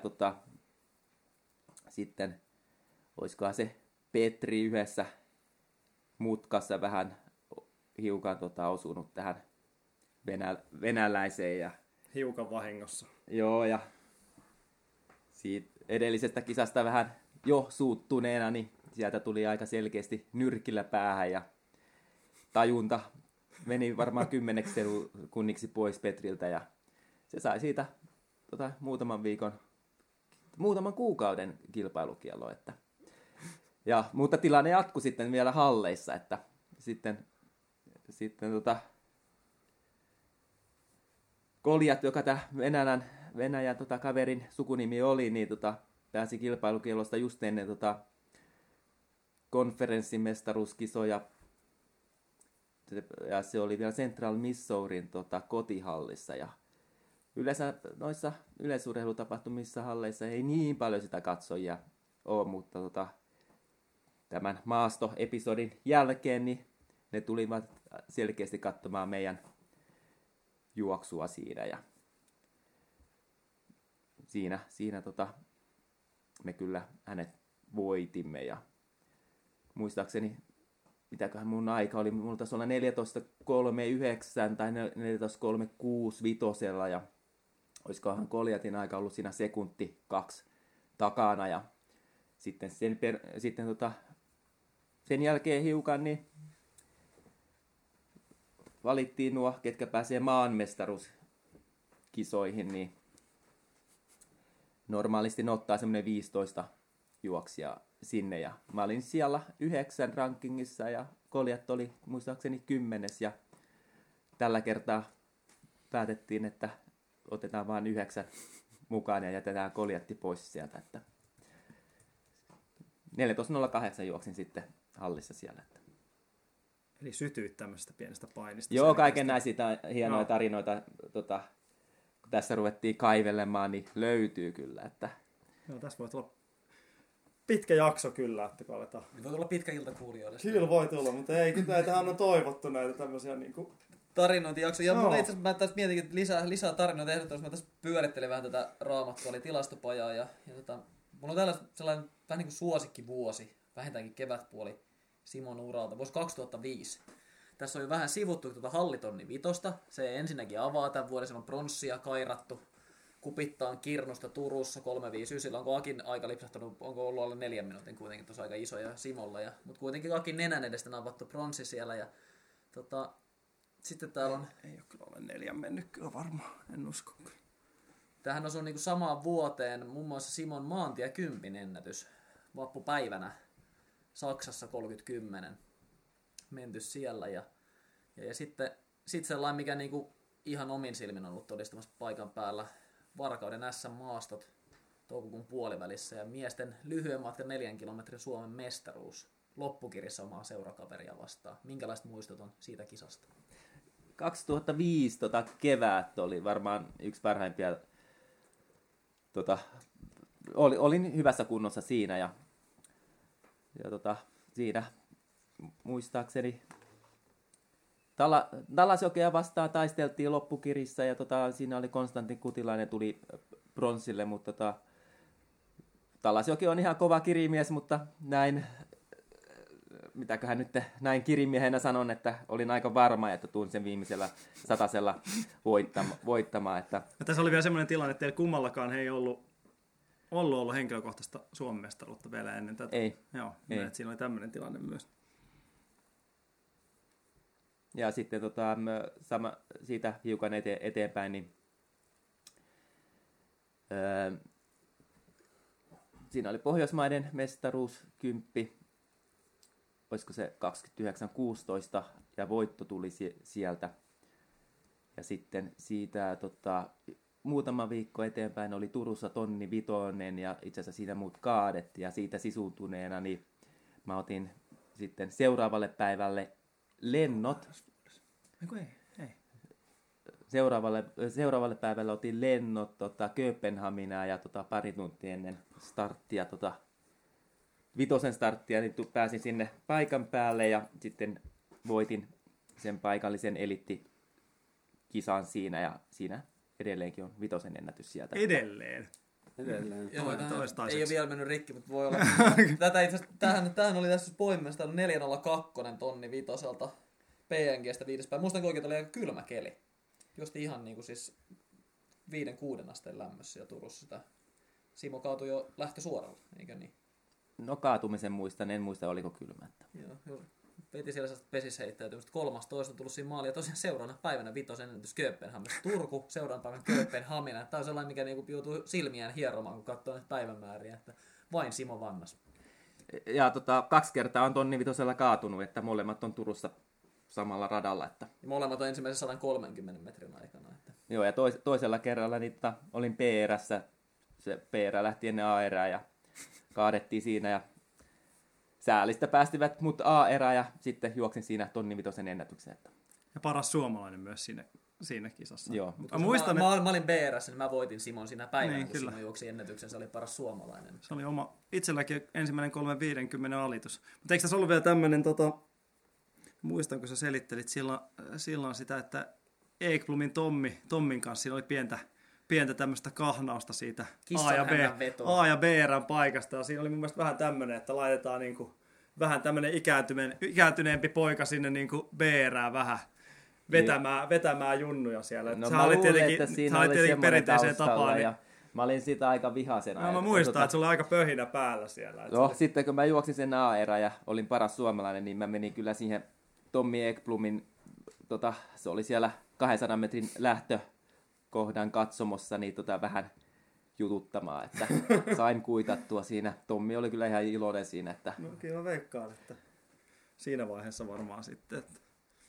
sitten olisikohan se Petri yhdessä mutkassa vähän hiukan osunut tähän venäläiseen. Ja Hiukan vahingossa. joo, ja siitä edellisestä kisasta vähän jo suuttuneena, niin sieltä tuli aika selkeästi nyrkillä päähän, ja tajunta meni varmaan 10 sekunniksi pois Petriltä, ja se sai siitä muutaman kuukauden kilpailukielon. Mutta tilanne jatkui sitten vielä halleissa, että sitten Koljat, joka tämä Venäjän kaverin sukunimi oli, niin pääsi kilpailukielosta just ennen konferenssimestaruuskisoja. Ja se oli vielä Central Missourin kotihallissa. Ja yleensä noissa yleisurheilutapahtumissa halleissa ei niin paljon sitä katsojia ole, mutta tämän maastoepisodin jälkeen niin ne tulivat selkeästi katsomaan meidän juoksua siinä. Ja siinä me kyllä hänet voitimme. Ja muistaakseni, mitäköhän mun aika oli, mulla taisi olla 14.39 tai 14.36 vitosella, ja olisikohan Koljatin aika ollut siinä sekunti 2 takana, ja sitten sen jälkeen hiukan niin valittiin nuo, ketkä pääsee maanmestaruuskisoihin, niin normaalisti ne ottaa semmoinen 15 juoksia sinne, ja mä olin siellä 9 rankingissa, ja Koljat oli muistaakseni 10, ja tällä kertaa päätettiin, että otetaan vain 9 mukaan ja jätetään Koljatti pois sieltä, että 14.08 juoksin sitten hallissa siellä. Eli sytyit tämmöisestä pienestä painista. Joo, kaiken näistä hienoja tarinoita, kun tässä ruvettiin kaivelemaan, niin löytyy kyllä. Että joo, tässä voi tulla pitkä jakso kyllä, että kun aletaan. Voi tulla pitkä ilta kuulijoille. Kyllä voi tulla, mutta ei, näitähän on toivottu näitä tämmöisiä niinku tarinointijakso. Ja mulla itse asiassa mä tässä mietinkin, että lisää tarinoita ehdottomasti. Mä tässä pyörittelin vähän tätä Raamattua, oli tilastopajaa. Ja mulla on täällä sellainen vähän niin kuin suosikkivuosi, vähintäänkin kevätpuoli Simon uralta, vuosi 2005. Tässä on jo vähän sivuttu hallitonni vitosta. Se ensinnäkin avaa tämän vuoden, siellä on pronssia kairattu. Kupittaan Kirnusta Turussa 359. Onko Akin aika lipsahtanut, onko ollut alle 4 minuutin kuitenkin tuossa aika isoja Simolla. Mutta kuitenkin Akin nenän edestä navattu pronssi siellä. Ja, sitten täällä on ei ole kyllä ole 4 mennyt kyllä varmaan, en usko. Tämähän osuu niin samaan vuoteen muun muassa Simon maantie 10 ennätys vappupäivänä Saksassa 30-10 menty siellä. Ja sitten sellainen, mikä niinku ihan omin silmin on ollut todistamassa paikan päällä, Varkauden SM-maastot toukokuun puolivälissä ja miesten lyhyen matkan 4 kilometrin Suomen mestaruus loppukirjassa omaa seurakaveria vastaan. Minkälaiset muistot on siitä kisasta? 2005 kevät oli varmaan yksi parhaimpia. Olin hyvässä kunnossa siinä, ja siinä muistaakseni Dallasjokea vastaan taisteltiin loppukirissä ja siinä oli Konstantin Kutilainen tuli bronssille, mutta Dallasjoki on ihan kova kirimies, mutta näin, mitäköhän nyt näin kirimiehenä sanon, että olin aika varma, että tuun sen viimeisellä satasella voittamaan. Että... Ja tässä oli vielä semmoinen tilanne, että teillä kummallakaan ei ollut henkilökohtaista Suomen mestaruutta vielä ennen tätä. Ei. Joo, ei. Että siinä oli tämmöinen tilanne myös. Ja sitten siitä hiukan eteenpäin, niin siinä oli Pohjoismaiden mestaruus 10, olisiko se 29-16, ja voitto tuli sieltä. Ja sitten siitä muutama viikko eteenpäin oli Turussa tonni vitonen, ja itse asiassa siinä muut kaadettiin, ja siitä sisuuntuneena niin mä otin sitten seuraavalle päivälle lennot. Ei. Seuraavalle päivälle otin lennot Kööpenhaminaan ja pari tuntia ennen starttia, vitosen starttia, niin pääsin sinne paikan päälle ja sitten voitin sen paikallisen elittikisan siinä ja siinä edelleenkin on vitosen ennätys sieltä. Edelleen. Joo, Toistaiseksi. ei ole vielä mennyt rikki, mutta voi olla. Tämähän oli tässä poiminnassa 402 tonni vitoselta PNGstä 5. päivä. Muistan oikein, että oli aika kylmä keli. Justi ihan niin kuin siis 5-6 asteen lämmössä ja Turussa sitä. Simo kaatui jo lähtö suoralla, eikö niin? No kaatumisen muistan, en muista oliko kylmä. Joo. Veti siellä sellaista pesisheittäytymistä. 13 tuli siinä maali ja tosiaan seuraavana päivänä vitosen ennätys Kööpenhaminassa. Turku, seuraavan päivän Kööpenhamina. Tämä on sellainen, mikä niinku joutuu silmiään hieromaan, kun katsoo näitä päivämääriä. Että vain Simo Vannas. Ja 2 kertaa on tonni vitosella kaatunut, että molemmat on Turussa samalla radalla. Että... Ja molemmat on ensimmäisen 130 metrin aikana. Että... Joo, ja toisella kerralla niin, olin PR-ssä. Se PR lähti ennen A-erää ja kaadettiin siinä ja säälistä päästivät mut A-erää ja sitten juoksin siinä tonni vitosen ennätyksen. Ja paras suomalainen myös siinä kisassa. Joo. Mä olin BR:ssä, niin mä voitin Simon siinä päivänä, niin, kun Simo juoksi ennätyksen, se oli paras suomalainen. Se oli oma, itselläkin ensimmäinen 350 alitus. Mutta eikö tässä ollut vielä tämmöinen, muistan kun sä selittelit silloin sitä, että Ekblumin Tommin kanssa siinä oli pientä tämmöistä kahnausta siitä A ja B-erän paikasta. Ja siinä oli mun mielestä vähän tämmöinen, että laitetaan niinku vähän tämmöinen ikääntyneempi poika sinne niinku B-erään vähän vetämään junnuja siellä. No mä luulen, että siinä oli semmoinen taustalla niin... ja mä olin sitä aika vihasena. No, mä muistan, että se oli aika pöhinä päällä siellä. No sitten kun mä juoksin sen A-erän ja olin paras suomalainen, niin mä menin kyllä siihen Tommi Ekblumin, se oli siellä 200 metrin lähtökohdan katsomossa, niin vähän jututtamaan, että sain kuitattua siinä. Tommi oli kyllä ihan iloinen siinä. Että... No kyllä mä veikkaan, että siinä vaiheessa varmaan sitten. Että...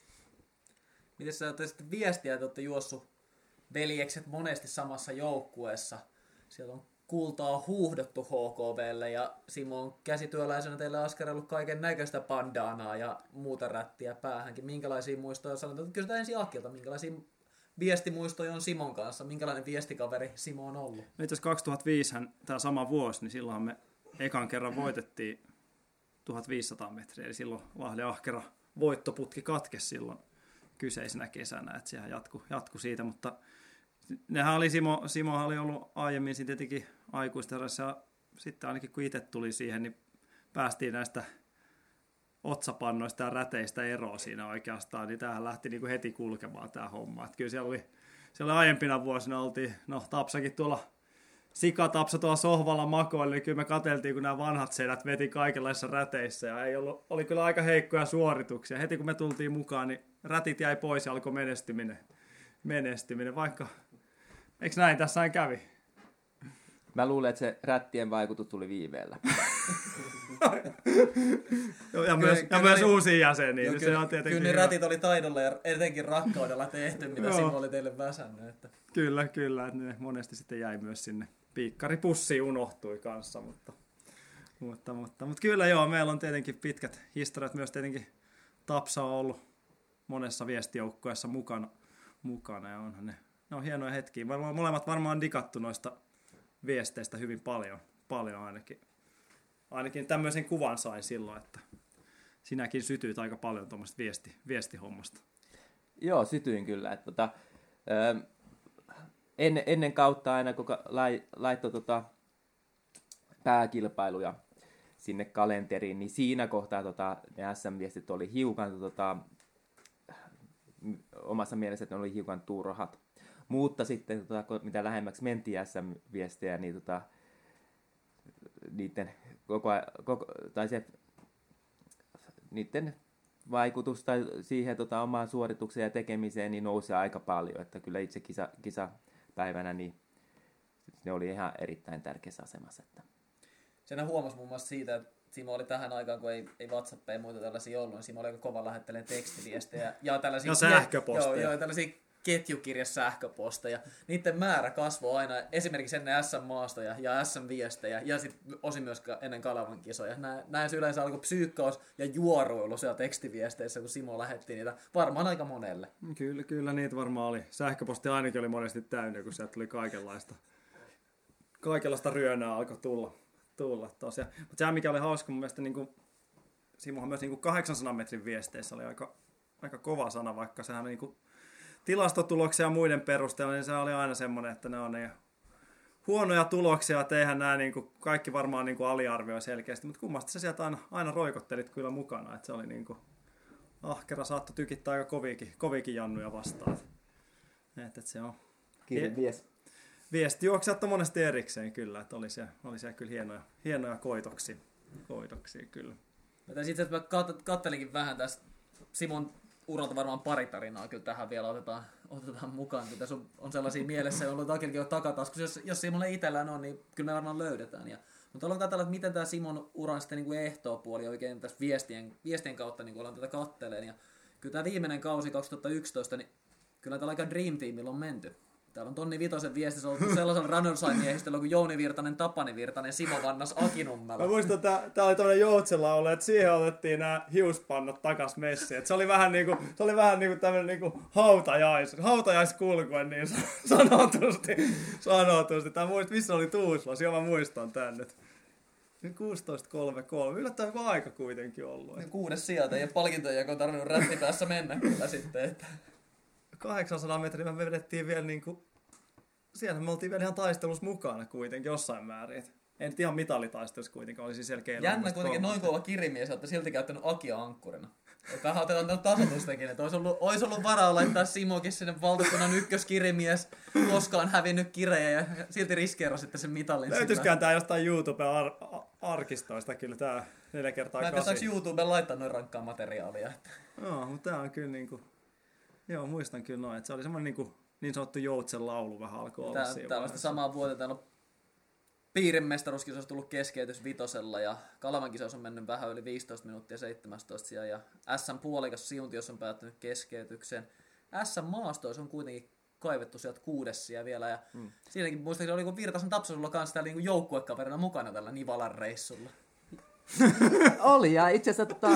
Miten sä olette sitten viestiä, että olette juossut veljekset monesti samassa joukkueessa? Sieltä on kultaa huuhdottu HKVlle ja Simo on käsityöläisenä teille askarellut kaiken näköistä bandaanaa ja muuta rättiä päähänkin. Minkälaisia muistoja sanotaan? Kysytään ensin Akilta, minkälaisia viestimuistoja on Simon kanssa? Minkälainen viestikaveri Simo on ollut? No itse asiassa 2005, tämä sama vuosi, niin silloin me ekan kerran voitettiin 1500 metriä. Eli silloin Lahden Ahkera voittoputki katkesi silloin kyseisenä kesänä, että sehän jatkui siitä, mutta nehän oli Simo oli ollut aiemmin siinä tietenkin aikuisterassa ja sitten ainakin kun itse tuli siihen, niin päästiin näistä otsapannoista ja räteistä eroon siinä oikeastaan, niin tämähän lähti niin kuin heti kulkemaan tämä homma. Että kyllä siellä oli aiempina vuosina oltiin, Tapsakin tuolla Sikatapsa tuolla sohvalla makoili, niin kyllä me katseltiin, kun nämä vanhat sedät veti kaikenlaisissa räteissä ja oli kyllä aika heikkoja suorituksia. Heti kun me tultiin mukaan, niin rätit jäi pois ja alkoi menestyminen, vaikka eikö näin tässä kävi? Mä luulen, että se rättien vaikutus tuli viiveellä. Ja myös uusia jäseniä. Joo, kyllä, kyllä ne rätit oli taidolla ja etenkin rakkaudella tehty, mitä Simo oli teille väsännyt. Että. Kyllä, että ne monesti sitten jäi myös sinne. Piikkaripussiin unohtui kanssa, mutta kyllä joo, meillä on tietenkin pitkät historiat, myös tietenkin Tapsa on ollut monessa viestijoukkueessa mukana ja onhan ne on hienoja hetkiä. Molemmat varmaan digattu noista viesteistä hyvin paljon ainakin. ainakin tämmöisen kuvan sain silloin, että sinäkin sytyit aika paljon tuommoista viestihommasta. Joo, sytyin kyllä. Että, ennen kautta aina, kun laittoi pääkilpailuja sinne kalenteriin, niin siinä kohtaa ne SM-viestit oli hiukan omassa mielessä, että ne oli hiukan turhat. Mutta sitten, mitä lähemmäksi mentiin SM-viestejä, niin niiden vaikutus tai siihen omaan suoritukseen ja tekemiseen niin nousee aika paljon. Että kyllä itse kisapäivänä niin ne oli ihan erittäin tärkeässä asemassa. Että. Sen huomasi muun muassa siitä, että Simo oli tähän aikaan, kun ei WhatsAppia ja muita tällaisia ollut, niin Simo oli aika kova lähettelemään tekstiviestejä ja tällaisia sähköposteja. Joo, tällaisia ketjukirjasähköposteja. Niiden määrä kasvoi aina esimerkiksi ennen SM-maastoja ja SM-viestejä ja sitten osin myös ennen Kalevan kisoja. Näin se yleensä alkoi psyykkaus ja juoruilu siellä tekstiviesteissä, kun Simo lähetti niitä varmaan aika monelle. Kyllä niitä varmaan oli. Sähköposti ainakin oli monesti täynnä, kun sieltä tuli kaikenlaista ryönää alkoi tulla tosiaan. Mutta se, mikä oli hauska mun mielestä, niin Simohan myös niin 800 metrin viesteissä oli aika kova sana, vaikka sehän niin tilastotuloksia ja muiden perusteella, niin se oli aina semmoinen, että ne on ne huonoja tuloksia, että eihän nämä niin kuin, kaikki varmaan niin kuin aliarvioi selkeästi, mutta kummasti sä sieltä aina roikottelit kyllä mukana, että se oli niin kuin, ahkera saattoi tykittää aika koviikin jannuja vastaan. Että se on viestijuoksijat on monesti erikseen kyllä, että oli siellä kyllä hienoja koitoksia kyllä. Mä sitten mä kattelinkin vähän tästä Simon uralta varmaan pari tarinaa kyllä tähän vielä otetaan mukaan. Kun tässä on sellaisia mielessä, joilla Akilkin on takataskussa. Jos Simolla itsellään on, niin kyllä me varmaan löydetään. Mutta ollaan katsella, että miten tämä Simon uran sitten niin ehtoopuoli oikein tässä viestien kautta niin ollaan tätä katteleen. Ja kyllä tämä viimeinen kausi 2011, niin kyllä täällä aika Dream Teamilla on menty. Täällä on Tonni Vitosen viestissä ollut sellaisella Runners-miehistöllä kuin Jouni Virtanen, Tapani Virtanen, Simo Vannas, Aki Nummela. Mä muistan, että tää oli tämmönen joutsenlaulu, että siihen otettiin nämä hiuspannot takas messiin. Se oli vähän niinku tämmönen niinku hautajaiskulkuen niin sanotusti. Tää missä oli Tuuslas, joo mä muistan tän nyt. 16.33. Yllättävän aika kuitenkin ollut. 6. sieltä ja palkintoja, kun on tarvinnut rättipäässä mennä kyllä sitten. Että. 800 metriä me vedettiin vielä niinku, siellä me oltiin vielä ihan taistelussa mukana kuitenkin jossain määrin. En ihan mitalitaistelussa kuitenkaan, oli siis selkeä. Jännä kuitenkin noin kova kirimies, olette silti käyttänyt Akia ankkurina. Vähän otetaan tasoitustakin, että olisi ollut varaa laittaa Simokin sinne valtakunnan ykköskirimies, koskaan hävinnyt kirejä ja silti riskeerasitte sen mitalin. Löytyisikään tää jostain YouTube-arkistoista kyllä tää 4x8. Mä saaks YouTubeen laittaa noin rankkaa materiaalia. Joo, mutta tää on kyllä niinku. Joo, muistan kyllä noin, että se oli semmoinen niin sanottu joutsen laulu vähän alkoi olla siinä. Tällaista samaa vuotta täällä on piirin mestaruuskisossa tullut keskeytys Vitosella ja Kalevan kisossa on mennyt vähän yli 15 minuuttia 17 sijaan ja SM-puolikas Siuntiossa on päättynyt keskeytykseen. SM-maastoissa on kuitenkin kaivettu sieltä 6. sijaa vielä ja siinäkin muistaakseni oli kun Virtasen Tapsasulla kanssa täällä niin joukkuekaverina mukana tällä Nivalan reissulla. Oli ja itse asiassa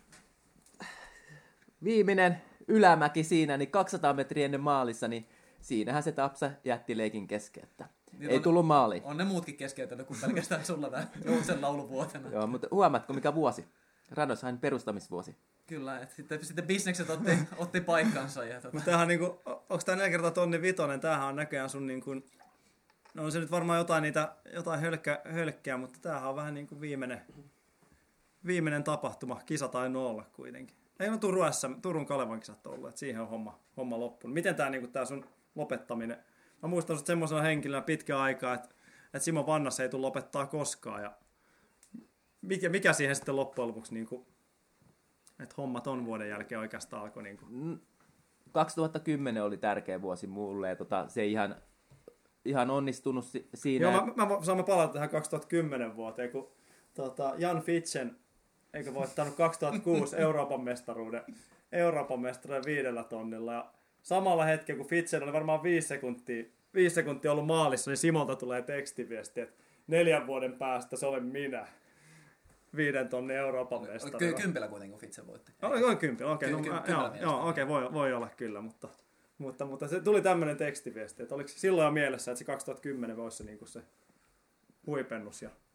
viimeinen ylämäki siinä, niin 200 metriä ennen maalissa, niin siinähän se Tapsa jätti leikin kesken, että niin ei tullut maaliin. On ne muutkin keskeytynyt kuin pelkästään sulla tämä Joutsen lauluvuotena. Joo, mutta huomaatko mikä vuosi? Radosain perustamisvuosi. Kyllä, että sitten bisnekset otti paikkansa. Mutta tämähän niinku, onko tämä 4 kertaa Tonni Vitonen, tämähän on näköjään sun niinku, no on se nyt varmaan jotain hölkkiä, mutta tämähän on vähän niinku viimeinen tapahtuma, kisa tai nolla kuitenkin. Ei ole Turun Kalevan kisat ollut, että siihen on homma loppunut. Miten tämä niinku, sun lopettaminen? Mä muistan sut semmoisena henkilönä pitkän aikaa, että Simo Vannas ei tule lopettaa koskaan. Ja mikä siihen sitten loppujen lopuksi, niinku, että homma ton vuoden jälkeen oikeastaan alkoi? Niinku. 2010 oli tärkeä vuosi mulle ja se ei ihan onnistunut siinä. Joo, mä saan palata tähän 2010 vuoteen, kun Jan Fitchen eikö voittanut 2006 Euroopan mestaruuden 5 tonnilla. Ja samalla hetkellä, kun Fitchen oli varmaan 5 sekuntia ollut maalissa, niin Simolta tulee tekstiviesti, että 4 vuoden päästä se olen minä. 5 tonnin Euroopan mestaruuden. Kympillä kuitenkin, kun Fitchen voitti. Oli kympillä, okei. Okei, voi olla kyllä, mutta se tuli tämmöinen tekstiviesti, että oliko silloin jo mielessä, että se 2010 voisi se, niin se huipennus ja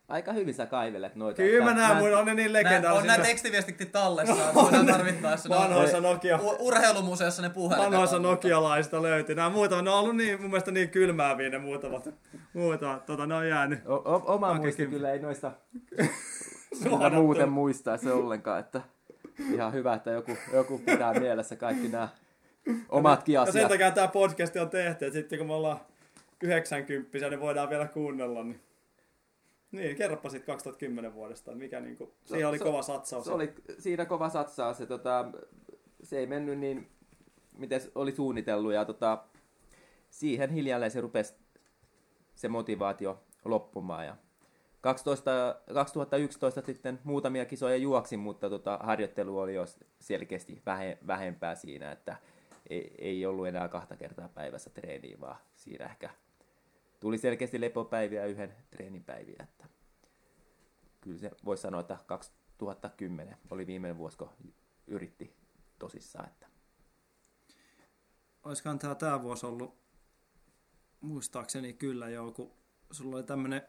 aika hyvin sä kaivelet noita. Kyllä mä näen, on ne niin legendaarisia. On nämä tekstiviestikti tallessa, voidaan tarvittaessa. Vanhoissa Nokia. Urheilumuseossa ne puhelimet. Vanhoissa Nokialaista löytyi. Nämä muutamat, ne on ollut niin, mun mielestä niin kylmääviä ne muutamat. Ne on jäänyt. Oma muisti kyllä ei noista muuten muistaisi ollenkaan, että ihan hyvä, että joku pitää mielessä kaikki nämä omatkin asiat. Ja sen takia tämä podcast on tehty, että sitten kun me ollaan 90, niin voidaan vielä kuunnella. Niin, kerropa sitten 2010 vuodesta, mikä niinku, siihen oli kova satsaus. Se oli siinä kova satsaus, se ei mennyt niin, miten oli suunnitellut, ja siihen hiljalleen se rupesi se motivaatio loppumaan. Ja 2011 sitten muutamia kisoja juoksin, mutta harjoittelu oli jo selkeästi vähempää siinä, että ei ollut enää 2 kertaa päivässä treeniä, vaan siinä ehkä tuli selkeästi lepopäiviä ja 1 treenipäiviä. Että kyllä se voisi sanoa, että 2010 oli viimeinen vuosi, kun yritti tosissaan. Että. Olisikohan tämä vuosi ollut, muistaakseni kyllä jo, kun sulla oli tämmöinen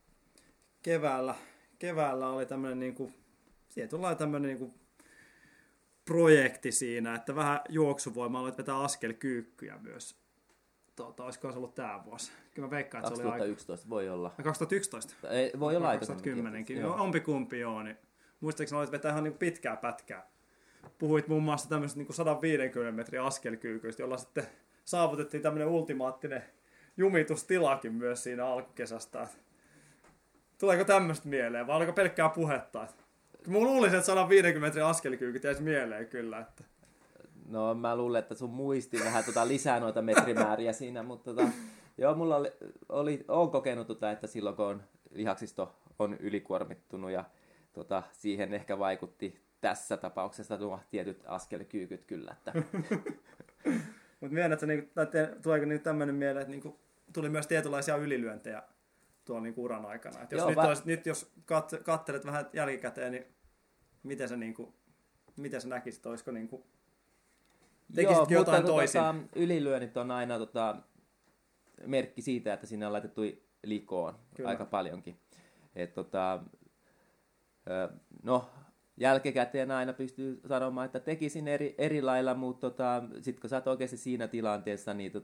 keväällä oli tämmöinen niinku, tietynlainen tämmöinen niinku projekti siinä, että vähän juoksuvoimaa aloit vetää askelkyykkyjä myös. Olisiko se ollut tämä vuosi? Kyllä mä veikkaan, että 2011 se oli voi olla. 2011? Ei, voi olla 2010kin. Ompikumpi joo. Niin, muistaakseni aloit vetää ihan niinku pitkää pätkää. Puhuit muun muassa tämmöisestä niinku 150 metrin askelkyykyistä, jolla sitten saavutettiin tämmöinen ultimaattinen jumitustilakin myös siinä alkukesästä. Tuleeko tämmöistä mieleen, vai oliko pelkkää puhetta? Mä luulisin, että 150 metrin askelkyykyt jäisi mieleen kyllä. Että. No mä luulen, että sun muisti vähän lisää noita metrimääriä siinä, mutta joo, mulla on kokenut, että silloin kun lihaksisto on ylikuormittunut ja siihen ehkä vaikutti tässä tapauksessa nuo tietyt askelkyykyt kyllä. Mutta myönnätkö, tuleeko tämmöinen mieleen, että tuli myös tietynlaisia ylilyöntejä tuolla uran aikana? Et jos nyt jos katselet vähän jälkikäteen, niin miten sä näkisit, olisiko tekisitkin jotain toisin? Ylilyönnit on aina merkki siitä, että siinä on laitettu likoon aika paljonkin. Jälkikäteen aina pystyy sanomaan, että tekisin eri lailla, mutta sitten kun sä oot oikeasti siinä tilanteessa, niin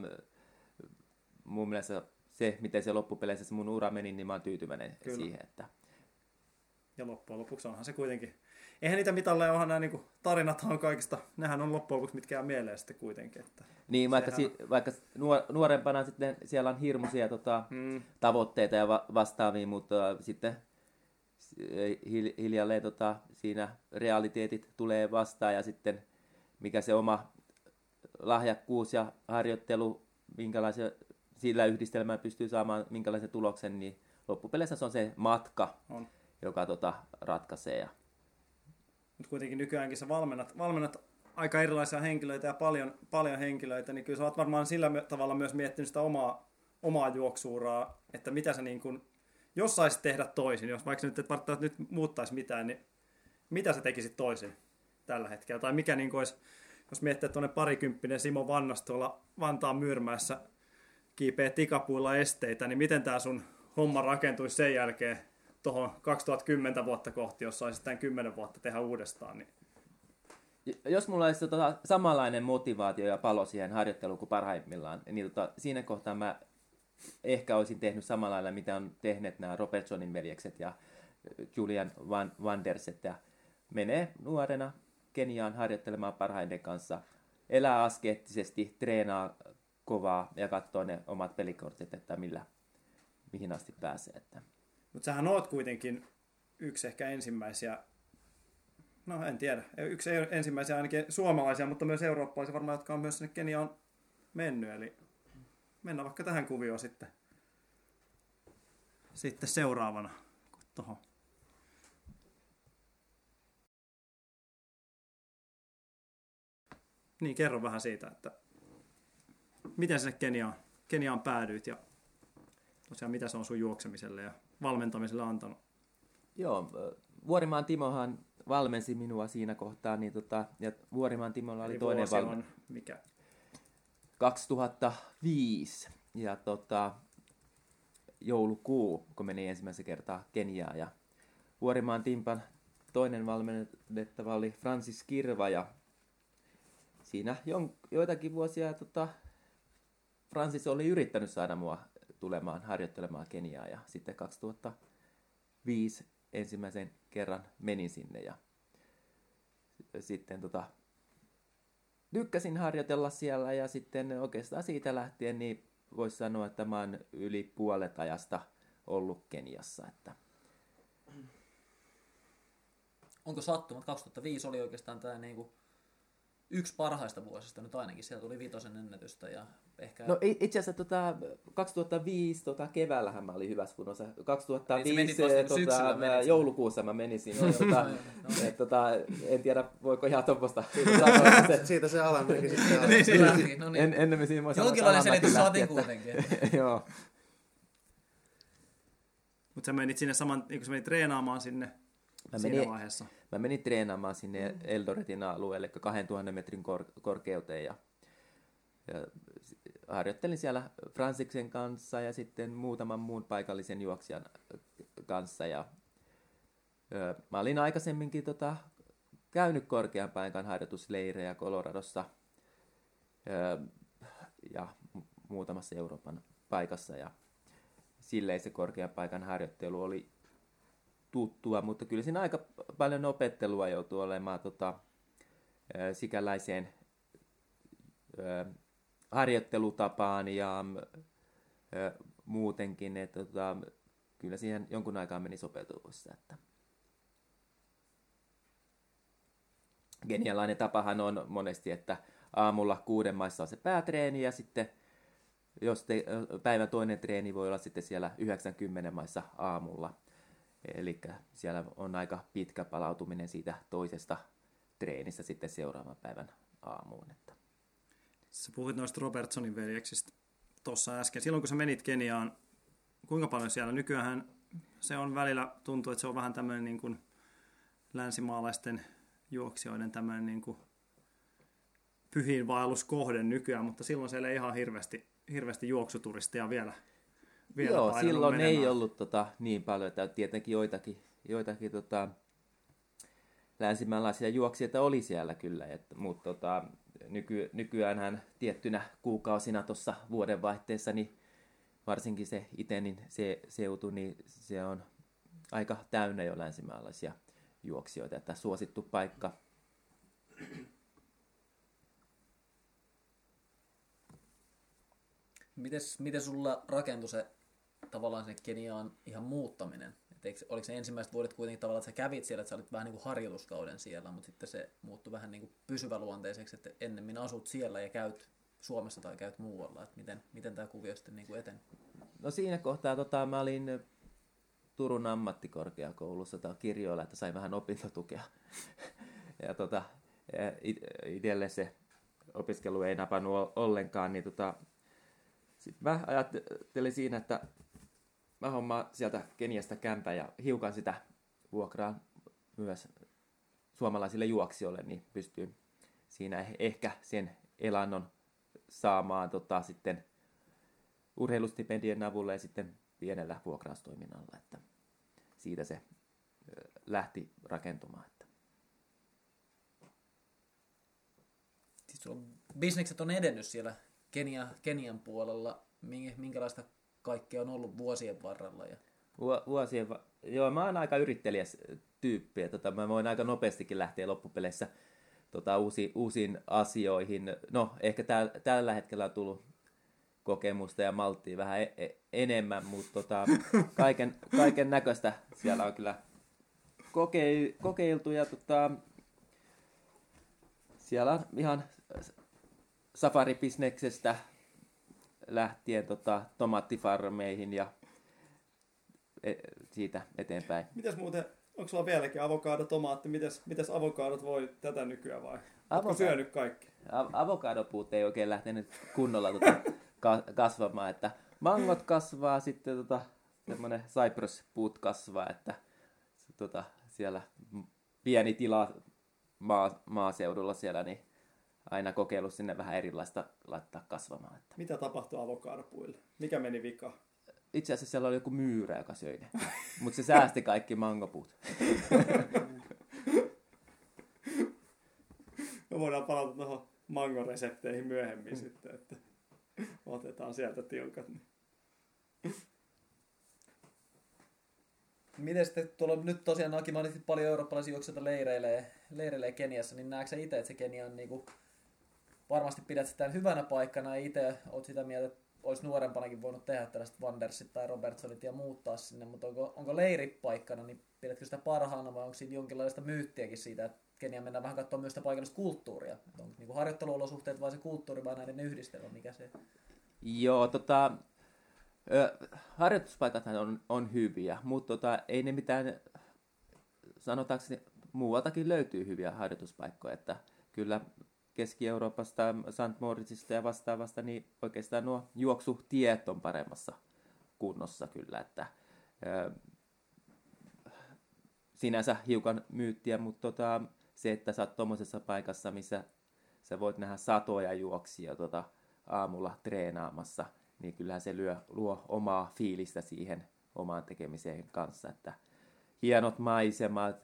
mun mielestä se, miten se loppupeleissä se mun ura meni, niin mä oon tyytyväinen siihen. Että. Ja loppujen lopuksi onhan se kuitenkin. Eihän niitä mitalleja, onhan nämä tarinathan kaikista, nehän on loppujen lopuksi mitkä jää mieleen sitten kuitenkin. Että niin, vaikka nuorempana sitten siellä on hirmuisia tavoitteita ja vastaavia, mutta sitten hiljalleen siinä realiteetit tulee vastaan ja sitten mikä se oma lahjakkuus ja harjoittelu, minkälaisen sillä yhdistelmään pystyy saamaan minkälaisen tuloksen, niin loppupeleissä se on se matka, joka ratkaisee. Mutta kuitenkin nykyäänkin sä valmennat aika erilaisia henkilöitä ja paljon henkilöitä, niin kyllä sä oot varmaan sillä tavalla myös miettinyt sitä omaa juoksuuraa, että mitä sä jos saisit tehdä toisin, jos vaikka nyt muuttaisi mitään, niin mitä sä tekisit toisin tällä hetkellä? Tai mikä olisi, jos miettii, että tuonne 20 Simo Vannas tuolla Vantaan Myyrmäessä kiipeä tikapuilla esteitä, niin miten tää sun homma rakentuisi sen jälkeen tuohon 2010 vuotta kohti, jos saisit tämän 10 vuotta tehdä uudestaan? Niin. Jos mulla olisi samanlainen motivaatio ja palo siihen harjoitteluun kuin parhaimmillaan, niin siinä kohtaa mä ehkä olisin tehnyt samalla lailla, mitä on tehneet nämä Robertsonin veljekset ja Julian Wanderset. Ja menee nuorena Keniaan harjoittelemaan parhaiden kanssa, elää askeettisesti, treenaa kovaa ja katsoo ne omat pelikortit, että mihin asti pääsee. Mutta sähän oot kuitenkin yksi ehkä ensimmäisiä, no en tiedä, yksi ensimmäisiä ainakin suomalaisia, mutta myös eurooppalaisia varmaan, jotka on myös sinne Keniaan mennyt. Eli mennään vaikka tähän kuvioon sitten seuraavana tuohon. Niin, kerro vähän siitä, että miten sinne Keniaan päädyit ja tosiaan mitä se on sun juoksemiselle ja valmentamiselle antanut? Joo, Vuorimaan Timohan valmensi minua siinä kohtaa, niin ja Vuorimaan Timolla oli toinen mikä? 2005. Ja joulukuu, kun meni ensimmäisen kertaa Keniaan. Ja Vuorimaan Timpan toinen valmennettava oli Francis Kirva. Ja siinä joitakin vuosia Francis oli yrittänyt saada mua tulemaan harjoittelemaan Keniaa. Ja sitten 2005 ensimmäisen kerran menin sinne. Ja sitten tykkäsin harjoitella siellä ja sitten oikeastaan siitä lähtien niin voisi sanoa, että mä oon yli puolet ajasta ollut Keniassa. Että. Onko sattumat? 2005 oli oikeastaan tämä niinku yksi parhaista vuosista nyt ainakin. Sieltä tuli 5 ennätystä ja ehkä... No itse asiassa 2005 keväällähän mä olin hyvässä kunnossa. 2005 joulukuussa mä menin sinne. En tiedä, voiko ihan tuommoista... Siitä se alamäki sitten on. Ennemmin siinä voi sanoa, jonkinlainen selitys saatiin kuitenkin. Joo. Mutta sä menit sinne saman, niin kun sä menit treenaamaan sinne siinä vaiheessa. Mä menin treenaamaan sinne Eldoretin alueelle, 2000 metrin korkeuteen ja harjoittelin siellä Fransiksen kanssa ja sitten muutaman muun paikallisen juoksijan kanssa. Ja, mä olin aikaisemminkin käynyt korkean paikan harjoitusleirejä Coloradossa ja muutamassa Euroopan paikassa. Ja silleen se korkean paikan harjoittelu oli tuttua, mutta kyllä siinä aika paljon opettelua joutuu olemaan sikäläiseen harjoittelutapaan ja muutenkin, että kyllä siihen jonkun aikaa meni sopeutuvussa. Genialainen tapahan on monesti, että aamulla 6 maissa on se päätreeni ja sitten jos päivän toinen treeni voi olla sitten siellä 90 maissa aamulla. Eli siellä on aika pitkä palautuminen siitä toisesta treenistä sitten seuraavan päivän aamuun. Sä puhuit noista Robertsonin veljeksistä tuossa äsken. Silloin kun sä menit Keniaan, kuinka paljon siellä? Nykyään se on välillä, tuntuu, että se on vähän tämmöinen niin kuin länsimaalaisten juoksijoiden tämmöinen niin kuin pyhiinvaelluskohde nykyään, mutta silloin siellä ei ihan hirveästi juoksuturisteja vielä joo, silloin menemään. Ei ollut niin paljon, että tietenkin joitakin länsimaalaisia juoksijoita oli siellä kyllä, mutta nykyäänhän tiettynä kuukausina tuossa vuodenvaihteessa, niin varsinkin se Itenin se seutu, niin se on aika täynnä jo länsimaalaisia juoksijoita, että suosittu paikka. Miten sulla rakentui se tavallaan se Keniaan ihan muuttaminen? Oliko se ensimmäiset vuodet kuitenkin tavallaan, että sä kävit siellä, että sä olit vähän niin kuin harjoituskauden siellä, mutta sitten se muuttui vähän niin kuin pysyväluonteiseksi, että ennemmin asut siellä ja käyt Suomessa tai käyt muualla. Että miten tämä kuvio sitten niin kuin eteni? No siinä kohtaa mä olin Turun ammattikorkeakoulussa kirjoilla, että sain vähän opintotukea. Ja itselle se opiskelu ei napannut ollenkaan, niin sitten mä ajattelin siinä, että mä hommaan sieltä Keniasta kämpän ja hiukan sitä vuokraan myös suomalaisille juoksijoille, niin pystyy siinä ehkä sen elannon saamaan sitten urheilustipendien avulla ja sitten pienellä vuokraustoiminnalla, että siitä se lähti rakentumaan. Siis bisnekset on edennyt siellä Kenian puolella. Minkälaista kaikkea on ollut vuosien varrella? Joo, mä oon aika yrittelijäs tyyppi. Mä voin aika nopeastikin lähteä loppupeleissä uusiin asioihin. No, ehkä tällä hetkellä on tullut kokemusta ja malttia vähän enemmän, mutta kaiken näköistä siellä on kyllä kokeiltu. Ja siellä on ihan safaribisneksestä lähtien tomaattifarmeihin ja siitä eteenpäin. Mitäs muuten, onko sulla vieläkin avokaado, tomaatti, mitäs avokaadot voi tätä nykyään vai? Oletko syönyt kaikki? Avokadopuut ei oikein lähtenyt kunnolla kasvamaan, että mangot kasvaa, sitten semmoinen cypress-puut kasvaa, että siellä pieni tila maaseudulla siellä, niin aina kokeillut sinne vähän erilaista laittaa kasvamaan. Että. Mitä tapahtui avokadopuille? Mikä meni vikaan? itse asiassa siellä oli joku myyrä, joka söi ne. Mutta se säästi kaikki mangopuut. Me voidaan palata tuohon mangoresepteihin myöhemmin sitten, että otetaan sieltä tiukat. Miten sitten tuolla nyt tosiaan Aki mainitsit paljon eurooppalaisia juoksijoita leireilee Keniassa, niin näetkö sä itse, että se Kenia on niinku, varmasti pidät sitä hyvänä paikkana ja itse oot sitä mieltä, että olisi nuorempanakin voinut tehdä tällaiset Wandersit tai Robertsonit ja muuttaa sinne, mutta onko leiripaikkana, niin pidätkö sitä parhaana vai onko siinä jonkinlaista myyttiäkin siitä, että Kenia mennään vähän katsomaan myös sitä paikallista kulttuuria? Että onko niinku harjoitteluolosuhteet vai se kulttuuri vai näiden yhdistelmä, mikä se? Joo, harjoituspaikat on hyviä, mutta ei ne mitään, sanotaanko muualtakin löytyy hyviä harjoituspaikkoja, että kyllä Keski-Euroopasta, St. Moritzista ja vastaavasta, niin oikeastaan nuo juoksutiet on paremmassa kunnossa kyllä, että sinänsä hiukan myyttiä, mutta se, että sä oot tommosessa paikassa, missä sä voit nähdä satoja juoksia aamulla treenaamassa, niin kyllähän se luo omaa fiilistä siihen omaan tekemiseen kanssa, että hienot maisemat,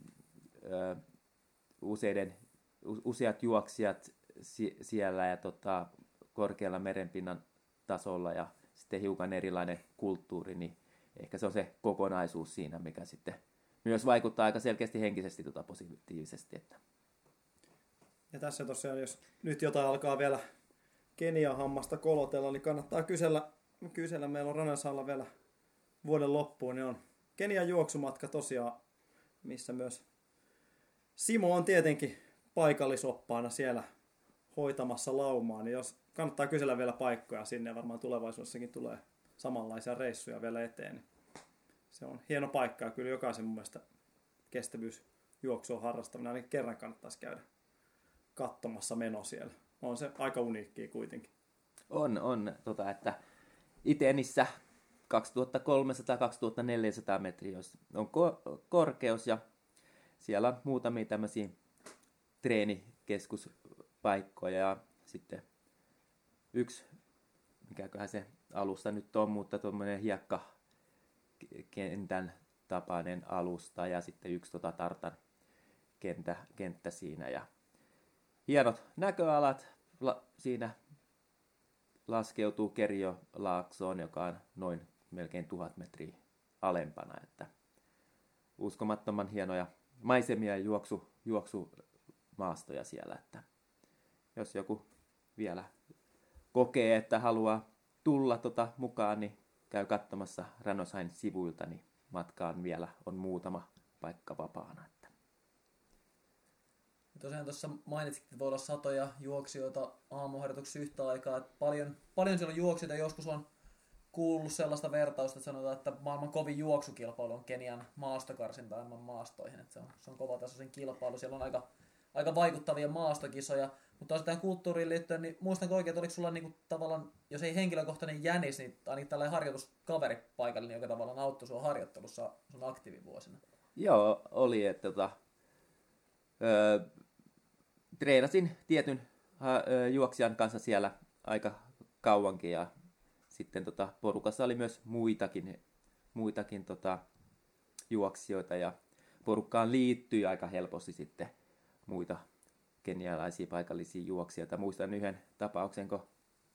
useat juoksijat siellä ja korkealla merenpinnan tasolla ja sitten hiukan erilainen kulttuuri, niin ehkä se on se kokonaisuus siinä, mikä sitten myös vaikuttaa aika selkeästi henkisesti positiivisesti. Että. Ja tässä tosiaan, jos nyt jotain alkaa vielä Kenian hammasta kolotella, niin kannattaa kysellä. Meillä on Ranasalla vielä vuoden loppuun, niin on Kenian juoksumatka tosiaan, missä myös Simo on tietenkin paikallisoppaana siellä hoitamassa laumaa, niin jos kannattaa kysellä vielä paikkoja sinne, ja varmaan tulevaisuudessakin tulee samanlaisia reissuja vielä eteen, niin se on hieno paikka, ja kyllä jokaisen mun mielestä kestävyysjuoksua harrastaminen ainakin kerran kannattaisi käydä katsomassa meno siellä. On se aika uniikkiä kuitenkin. On että Itenissä 2300-2400 metriä on korkeus ja siellä on muutamia tämmöisiä treenikeskuspaikkoja ja sitten yksi, mikäköhän se alusta nyt on, mutta tuommoinen hiekkakentän tapainen alusta ja sitten yksi tartan kenttä siinä ja hienot näköalat siinä laskeutuu Keriolaaksoon, joka on noin melkein 1000 metriä alempana, että uskomattoman hienoja maisemia ja juoksumaastoja siellä, että jos joku vielä kokee, että haluaa tulla mukaan, niin käy katsomassa Ranosain sivuilta, niin matkaan vielä on muutama paikka vapaana. Että. Tosiaan tuossa mainitsit, että voi olla satoja juoksijoita aamuharjoituksessa yhtä aikaa. Että paljon siellä on juoksijoita. Joskus on kuullut sellaista vertausta, että sanotaan, että maailman kovin juoksukilpailu on Kenian maastokarsinta maailman maastoihin. Että se on kovatasoisen kilpailu. Siellä on aika vaikuttavia maastokisoja. Mutta taas tähän kulttuuriin liittyen, niin muistanko oikein, että oliko sulla niinku tavallaan, jos ei henkilökohtainen jänis, niin ainakin tällainen harjoituskaveri paikallinen, joka tavallaan auttoi sua harjoittelussa sun aktiivivuosina? Joo, oli, että treenasin tietyn juoksijan kanssa siellä aika kauankin ja sitten porukassa oli myös muitakin juoksijoita ja porukkaan liittyi aika helposti sitten muita kenialaisia paikallisia juoksijoita. Muistan yhden tapauksen, kun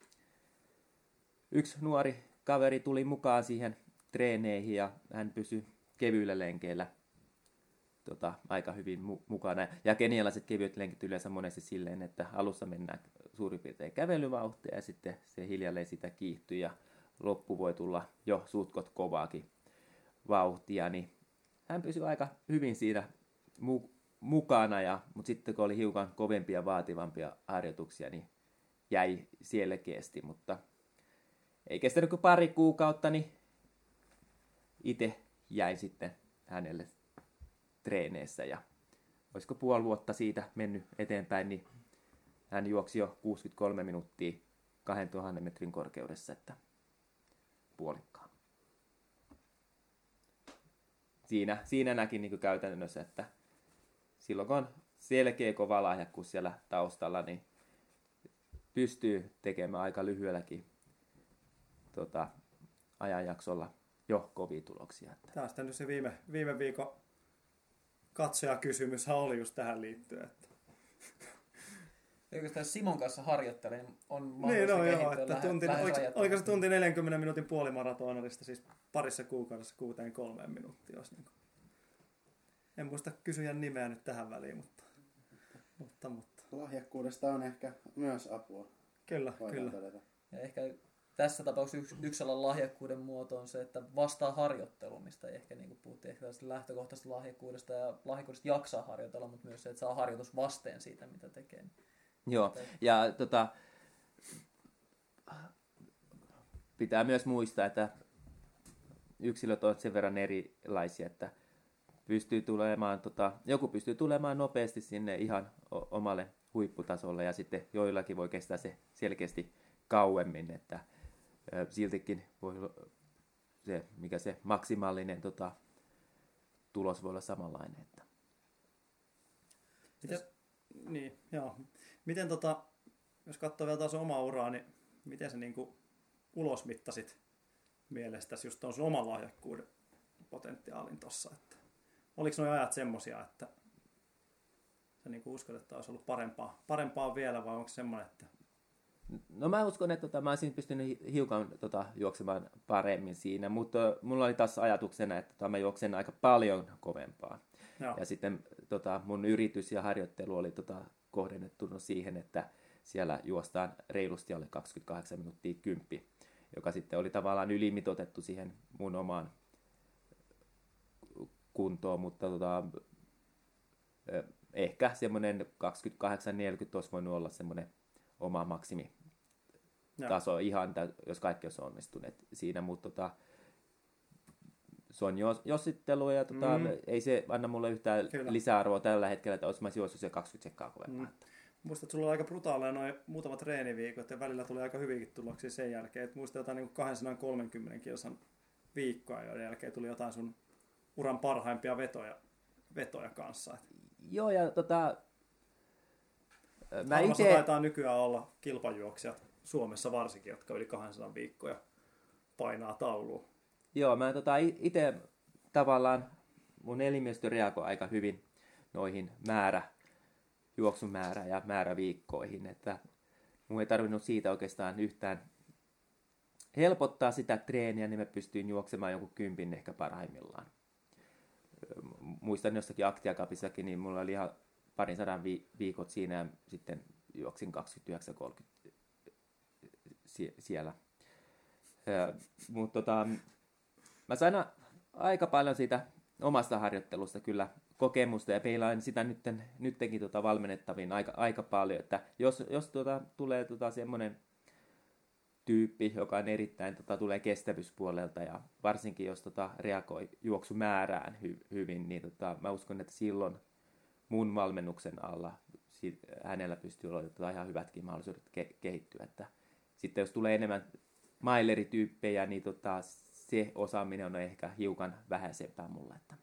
yksi nuori kaveri tuli mukaan siihen treeneihin ja hän pysyi kevyillä lenkeillä aika hyvin mukana. Ja kenialaiset kevyet lenkit yleensä monesti silleen, että alussa mennään suurin piirtein kävelyvauhtia ja sitten se hiljalleen sitä kiihtyy ja loppu voi tulla jo suutkot kovaakin vauhtia. Niin hän pysyi aika hyvin siinä mukana, mutta sitten kun oli hiukan kovempia ja vaativampia harjoituksia, niin jäi selkeästi, mutta ei kestänyt kuin pari kuukautta, niin itse jäin sitten hänelle treeneissä ja olisiko puoli vuotta siitä mennyt eteenpäin, niin hän juoksi jo 63 minuuttia 2000 metrin korkeudessa, että puolikkaan. Siinä näki niin kuin käytännössä, että silloin kun on selkeä kova lahjakkuus siellä taustalla, niin pystyy tekemään aika lyhyelläkin ajanjaksolla jo kovia tuloksia. Tästä nyt se viime viikon katsojakysymyshän oli just tähän liittyen. Että. Eikö sitä Simon kanssa harjoittelee, niin on Niin, mahdollista no joo, kehittyä että oliko se tunti 40 minuutin puolimaratonarista, siis parissa kuukaudessa 6-3 minuuttia. Niin en muista kysyjän nimeä nyt tähän väliin, mutta. Lahjakkuudesta on ehkä myös apua. Kyllä. Todeta. Ja ehkä tässä tapauksessa yksi sellainen lahjakkuuden muoto on se, että vastaa harjoitteluun, mistä ehkä niin kuin puhuttiin ehkä tällaista lähtökohtaisesta lahjakkuudesta ja lahjakkuudesta jaksaa harjoitella, mutta myös se, että saa harjoitus vasteen siitä, mitä tekee. Joo, ja pitää myös muistaa, että yksilöt ovat sen verran erilaisia, että joku pystyy tulemaan nopeasti sinne ihan omalle huipputasolle ja sitten joillakin voi kestää se selkeästi kauemmin, että siltikin voi mikä se maksimaalinen tulos voi olla samanlainen. Että. Miten jos katsoo vielä taas omaa uraa, niin miten sä niinku ulosmittasit mielestäsi just tuon sun oman lahjakkuuden potentiaalin tossa, että oliko nuo ajat semmosia, että sä niinku uskot, että olisi ollut parempaa vielä, vai onko se semmoinen, että No mä uskon, että mä olisin pystynyt hiukan juoksemaan paremmin siinä, mutta mulla oli taas ajatuksena, että mä juoksen aika paljon kovempaa. Joo. Ja sitten mun yritys ja harjoittelu oli kohdennettu siihen, että siellä juostaan reilusti alle 28 minuuttia 10, joka sitten oli tavallaan ylimitoitettu siihen mun omaan kuntoon, mutta ehkä semmoinen 28-40 olisi voinut olla semmoinen oma maksimitaso ihan, jos kaikki olisi onnistuneet siinä, mutta se on jossittelu ja ei se anna mulle yhtään lisäarvoa tällä hetkellä, että olisi juossut se 20 sekkaa kovempaa. Muistat, että sulla oli aika brutaaleja noin muutamat treeniviikot ja välillä tuli aika hyvinkin tuloksia sen jälkeen. Et muistat jotain niin 230 kilsan viikkoa, joiden jälkeen tuli jotain sun uran parhaimpia vetoja kanssa. Joo, ja harvassa taitaa nykyään olla kilpajuoksijat Suomessa varsinkin, jotka yli 200 viikkoja painaa tauluun. Joo, mä itse tavallaan mun elimistö reagoi aika hyvin noihin juoksumäärä ja määräviikkoihin, että mun ei tarvinnut siitä oikeastaan yhtään helpottaa sitä treeniä, niin mä pystyin juoksemaan jonkun 10 ehkä parhaimmillaan. Muistan jossakin Aktiakapissakin, niin mulla oli ihan 200 viikot siinä ja sitten juoksin 29-30 siellä. Mutta mä sain aika paljon siitä omasta harjoittelusta kyllä kokemusta ja peilaan sitä nyttenkin valmennettaviin aika paljon, että jos tulee semmoinen tyyppi, joka on erittäin tulee kestävyyspuolelta ja varsinkin jos reagoi juoksumäärään hyvin, niin mä uskon, että silloin mun valmennuksen alla hänellä pystyy olemaan ihan hyvätkin mahdollisuudet kehittyä. Että sitten jos tulee enemmän mailerityyppejä, niin se osaaminen on ehkä hiukan vähäisempää mulle. Että.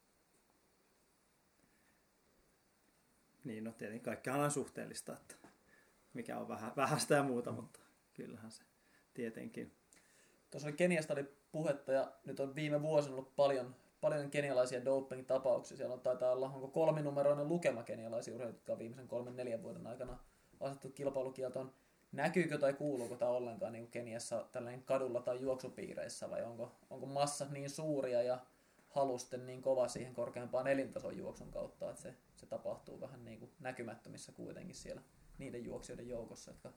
Niin, no tietenkin kaikkihan on suhteellista, että mikä on vähäistä ja muuta, mutta kyllähän se tietenkin. Tuossa Keniasta oli puhetta ja nyt on viime vuosina ollut paljon kenialaisia doping-tapauksia. Siellä taitaa olla, onko 3-numeroinen lukema kenialaisia urheilijoita, jotka on viimeisen 3-4 vuoden aikana asettu kilpailukieltoon. Näkyykö tai kuuluuko tämä ollenkaan niin Keniassa tällainen kadulla tai juoksupiireissä vai onko massat niin suuria ja halusten niin kova siihen korkeampaan elintason juoksun kautta, että se tapahtuu vähän niin kuin näkymättömissä kuitenkin siellä niiden juoksijoiden joukossa, jotka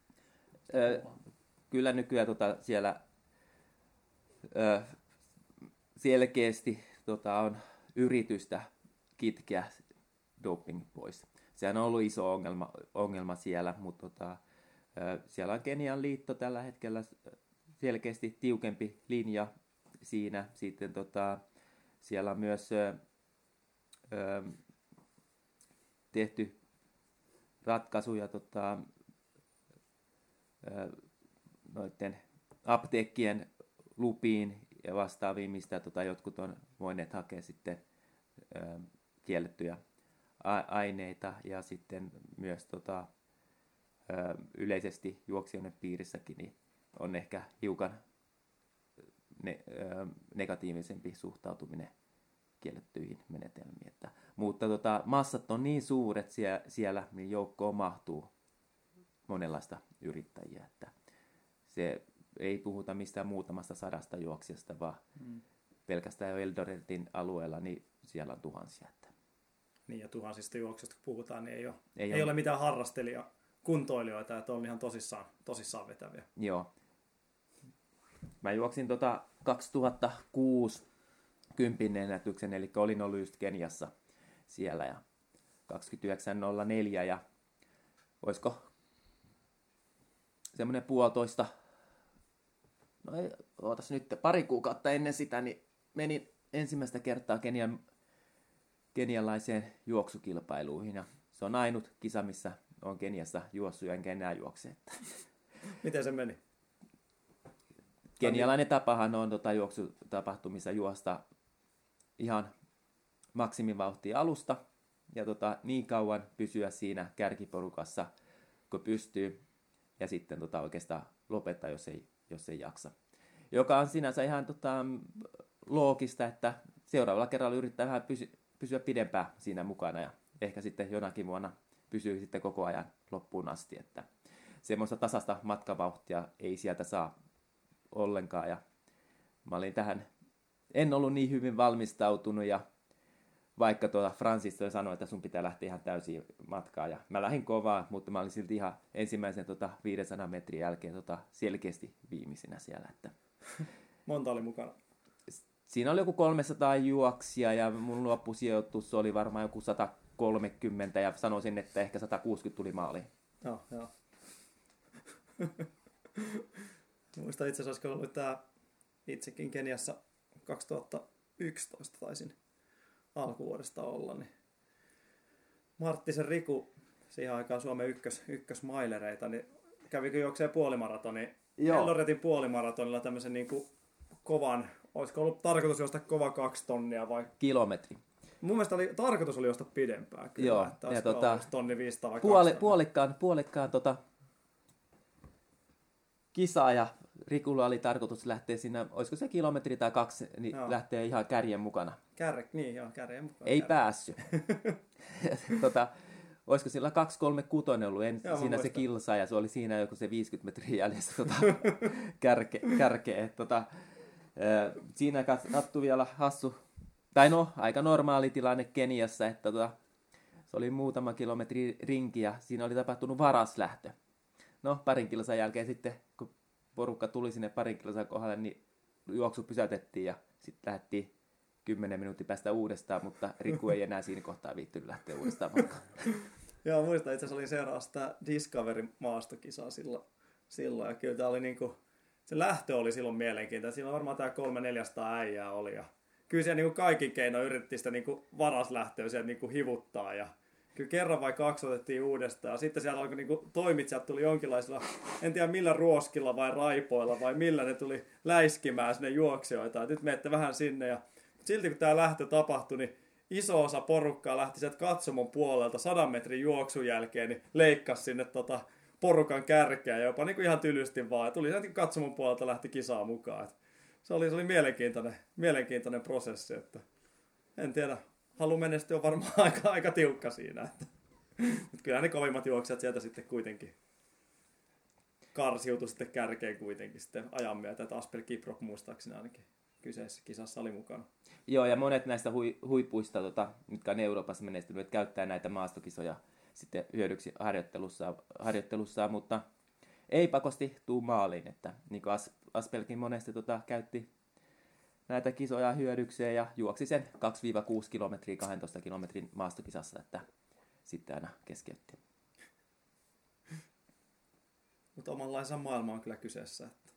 kyllä nykyään siellä selkeästi on yritystä kitkeä doping pois. Sehän on ollut iso ongelma siellä, mutta siellä on Kenian liitto tällä hetkellä selkeästi tiukempi linja siinä. Sitten siellä on myös tehty ratkaisuja noiden apteekkien lupiin ja vastaaviin, mistä jotkut on voineet hakea sitten kiellettyjä aineita ja sitten myös yleisesti juoksijoiden piirissäkin niin on ehkä hiukan negatiivisempi suhtautuminen kiellettyihin menetelmiin. Mutta massat on niin suuret siellä, niin joukkoon mahtuu monenlaista yrittäjiä. Että se ei puhuta mistään muutamasta 100 juoksijasta, vaan pelkästään Eldoretin alueella, niin siellä on tuhansia. Niin, ja tuhansista juoksista kun puhutaan, niin ei ole mitään kuntoilijoita, että on ihan tosissaan vetäviä. Joo. Mä juoksin 2006 10 ennätyksen, eli olin ollut just Keniassa siellä, ja 29.04, ja olisiko semmoinen 1,5, ootas nyt, pari kuukautta ennen sitä, niin menin ensimmäistä kertaa kenialaiseen juoksukilpailuihin, ja se on ainut kisa, missä on Keniassa juossut, enkä enää juokse. Miten se meni? Kenialainen tapahan on juoksutapahtumissa juosta ihan maksimivauhtia alusta, ja niin kauan pysyä siinä kärkiporukassa, kun pystyy, ja sitten oikeastaan lopettaa, jos ei jaksa. Joka on sinänsä ihan loogista, että seuraavalla kerralla yrittää vähän pysyä pidempään siinä mukana, ja ehkä sitten jonakin vuonna pysyy sitten koko ajan loppuun asti, että semmoista tasasta matkavauhtia ei sieltä saa ollenkaan, ja mä olin en ollut niin hyvin valmistautunut, ja vaikka Francis sanoi, että sun pitää lähteä ihan täysin matkaan, ja mä lähdin kovaa, mutta mä olin silti ihan ensimmäisen 500 metrin jälkeen selkeästi viimeisenä siellä. Että monta oli mukana? Siinä oli joku 300 juoksia, ja mun loppusijoitus oli varmaan joku 130, ja sanoisin, että ehkä 160 tuli maaliin. Joo. Muistan itse asiassa, olisiko ollut itsekin Keniassa 2011 taisin alkuvuodesta olla, niin Marttisen Riku, siihen aikaan Suomen ykkösmailereita, niin kävikö juokseen puolimaratoni, Eldoretin puolimaratonilla tämmöisen niin kuin kovan, olisiko ollut tarkoitus juosta kova 2 tonnia vai? Kilometri. Mun mielestä tarkoitus oli juosta pidempään kyllä, joo, että olisiko tonni 500 vai 2 puolikkaan kisaa, ja Rikulla oli tarkoitus lähteä siinä, olisiko se kilometri tai 2, niin lähtee ihan kärjen mukana. Kärjen mukaan. Ei päässyt. Olisiko sillä 236 ollut siinä se kilsa, ja se oli siinä joku se 50 metriä jäljessä kärkeä. Siinä sattui vielä hassu, tai aika normaali tilanne Keniassa, että se oli muutama kilometri rinki, ja siinä oli tapahtunut varaslähtö. Parin kilsan jälkeen sitten, kun porukka tuli sinne parin kilsan kohdalle, niin juoksu pysäytettiin, ja sitten lähdettiin 10 minuutin päästä uudestaan, mutta Riku ei enää siinä kohtaa viittynyt lähteä uudestaan matkaan. Joo, muistan, itse asiassa olin seuraamassa sitä Discovery-maastokisaa silloin, ja kyllä tämä oli niinku, se lähtö oli silloin mielenkiintoinen. Silloin varmaan tämä 300-400 äijää oli, ja kyllä siellä niinku kaikin keinoin yritti sitä niinku varaslähtöä sieltä niinku hivuttaa, ja kyllä kerran vai 2 otettiin uudestaan, ja sitten siellä alkoi niinku toimitsijat tuli jonkinlaisilla, en tiedä millä ruoskilla vai raipoilla, vai millä ne tuli läiskimään sinne juoksijoita, että nyt menette vähän sinne, ja silti kun tämä lähtö tapahtui, niin iso osa porukkaa lähti sieltä katsomon puolelta 100 metrin juoksun jälkeen, niin leikkasi sinne porukan kärkeä jopa niin kuin ihan tylysti vaan. Ja tuli sieltä katsomon puolelta, lähti kisaan mukaan. Et se oli mielenkiintoinen prosessi. Että en tiedä, halu menestyä on varmaan aika tiukka siinä. Mutta kyllä ne kovimmat juoksijat sieltä sitten kuitenkin karsiutui sitten kärkeen kuitenkin sitten ajan myötä. Että Asper Kiprop muistaakseni ainakin kyseisessä kisassa oli mukana. Joo, ja monet näistä huipuista, mitkä on Euroopassa menestyneet, käyttää näitä maastokisoja sitten hyödyksi harjoittelussaan, mutta ei pakosti tuu maaliin. Että niin kuin Aspelkin monesti käytti näitä kisoja hyödykseen ja juoksi sen 2-6 kilometriä 12 kilometrin maastokisassa, että sitten aina keskeytti. Mutta omanlaisen maailma on kyllä kyseessä. Että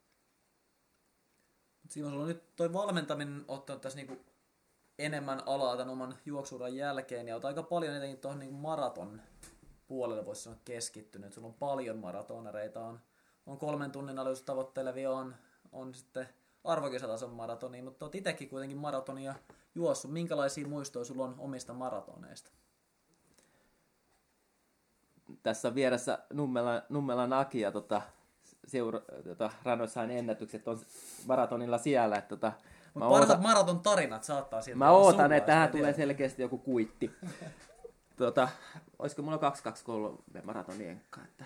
Simo, sulla on nyt toi valmentaminen ottanut tässä niinku enemmän alaa tämän oman juoksuuran jälkeen, ja olet aika paljon etenkin tuohon niinku maraton puolelle voisi sanoa keskittynyt. Sulla on paljon maratonereita, on 3 tunnin alussa tavoittelevia, on sitten arvokisatason maratonia, mutta olet itsekin kuitenkin maratonia juossut. Minkälaisia muistoja sulla on omista maratoneista? Tässä vieressä Nummelan Aki, ja Runners Highin ennätykset on maratonilla siellä. Että Mutta parhaat maraton tarinat saattaa sieltä. Mä ootan, että tähän tulee selkeästi joku kuitti. Olisiko mulla 223 maratonienkka? Että...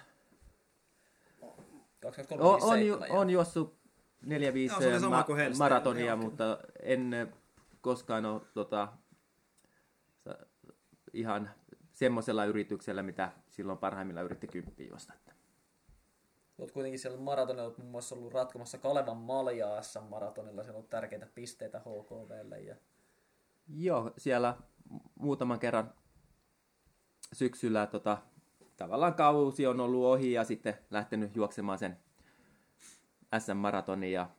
223 on juossut 4-5 maratonia, mutta en koskaan ole ihan semmoisella yrityksellä, mitä silloin parhaimmilla yritti 10 juosta. Olet kuitenkin siellä maratonilla muun muassa ollut ratkomassa Kalevan Maljaa SM-maratonilla. Siellä on ollut tärkeitä pisteitä HKVlle. Ja... Joo, siellä muutaman kerran syksyllä tavallaan kausi on ollut ohi ja sitten lähtenyt juoksemaan sen SM-maratonin ja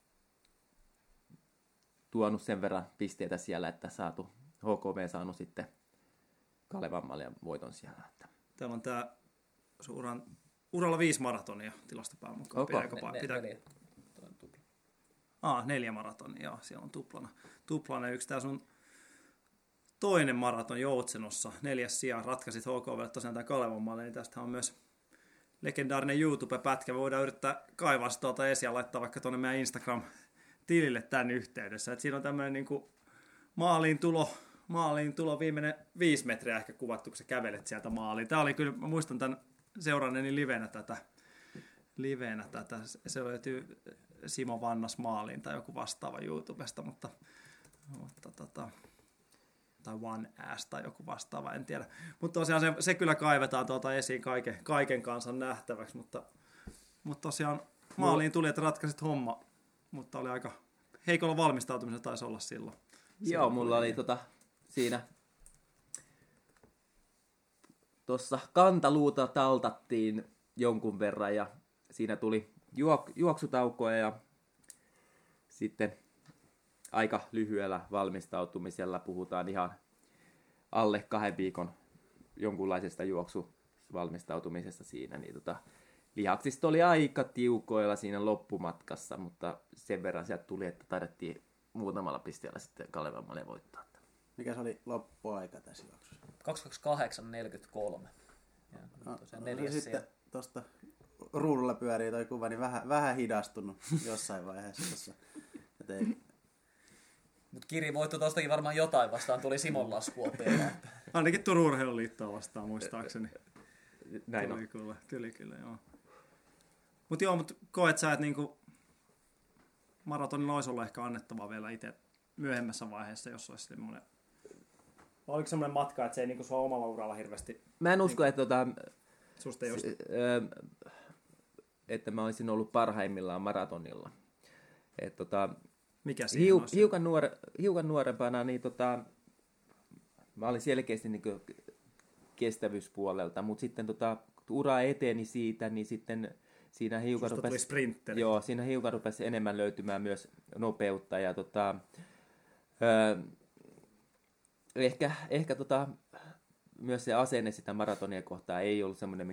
tuonut sen verran pisteitä siellä, että HKV saanut sitten Kalevan Maljan voiton siellä. Täällä on tää uralla 5 maratonia tilastopään mukaan. Neljä. 4 maratonia, joo, siellä on tuplana. Yksi tää sun toinen maraton Joutsenossa, 4. sija, ratkaisit HKVlle tosiaan tää Kalevan Maljan, niin tästä on myös legendaarinen YouTube-pätkä. Voidaan yrittää kaivaa se tuolta esiin ja laittaa vaikka tuonne meidän Instagram-tilille tämän yhteydessä. Et siinä on tämmöinen niinku maaliin tulo viimeinen 5 metriä ehkä kuvattu, kun sä kävelet sieltä maaliin. Tää oli kyllä, mä muistan tämän seuranneeni livenä tätä. Se löytyy Simo Vannas maaliin tai joku vastaava YouTubesta, mutta tai One Ass tai joku vastaava, en tiedä. Mutta tosiaan se kyllä kaivetaan tuolta esiin kaiken kansan nähtäväksi, mutta tosiaan maaliin tuli, että ratkaisit homma, mutta oli aika heikolla valmistautumisella taisi olla silloin. Joo, mulla oli siinä tuossa kantaluuta taltattiin jonkun verran ja siinä tuli juoksutaukoja ja sitten aika lyhyellä valmistautumisella, puhutaan ihan alle 2 viikon jonkunlaisesta juoksuvalmistautumisesta siinä, niin lihaksista oli aika tiukoilla siinä loppumatkassa, mutta sen verran sieltä tuli, että taidettiin muutamalla pisteellä sitten Kalevan Malja voittaa. Mikä se oli loppuaika tässä juoksussa? 228.43. Sitten tuosta ruudulla pyörii toi kuva, niin vähän hidastunut jossain vaiheessa tuossa. Mutta Kiri voitto tostakin varmaan jotain vastaan, tuli Simon laskuopilla. Ainakin Turun Urheiluliittoa vastaan muistaakseni. Näin on. Tuli kyllä, joo. Mutta koet sä, että niinku maratonilla olisi ollut ehkä annettavaa vielä itse myöhemmässä vaiheessa, jos olisi semmoinen... Oliko semmoinen matka, että se ei niinku sua omalla uralla hirveästi... Mä en usko, että että mä olisin ollut parhaimmillaan maratonilla. Mikä siinä olisi? Hiukan nuorempana, niin mä olin selkeästi niin kestävyyspuolelta, mutta sitten ura eteni siitä, niin sitten siinä hiukan rupesi enemmän löytymään myös nopeutta ja ehkä myös se asenne sitä maratonia kohtaan ei ollut semmoinen,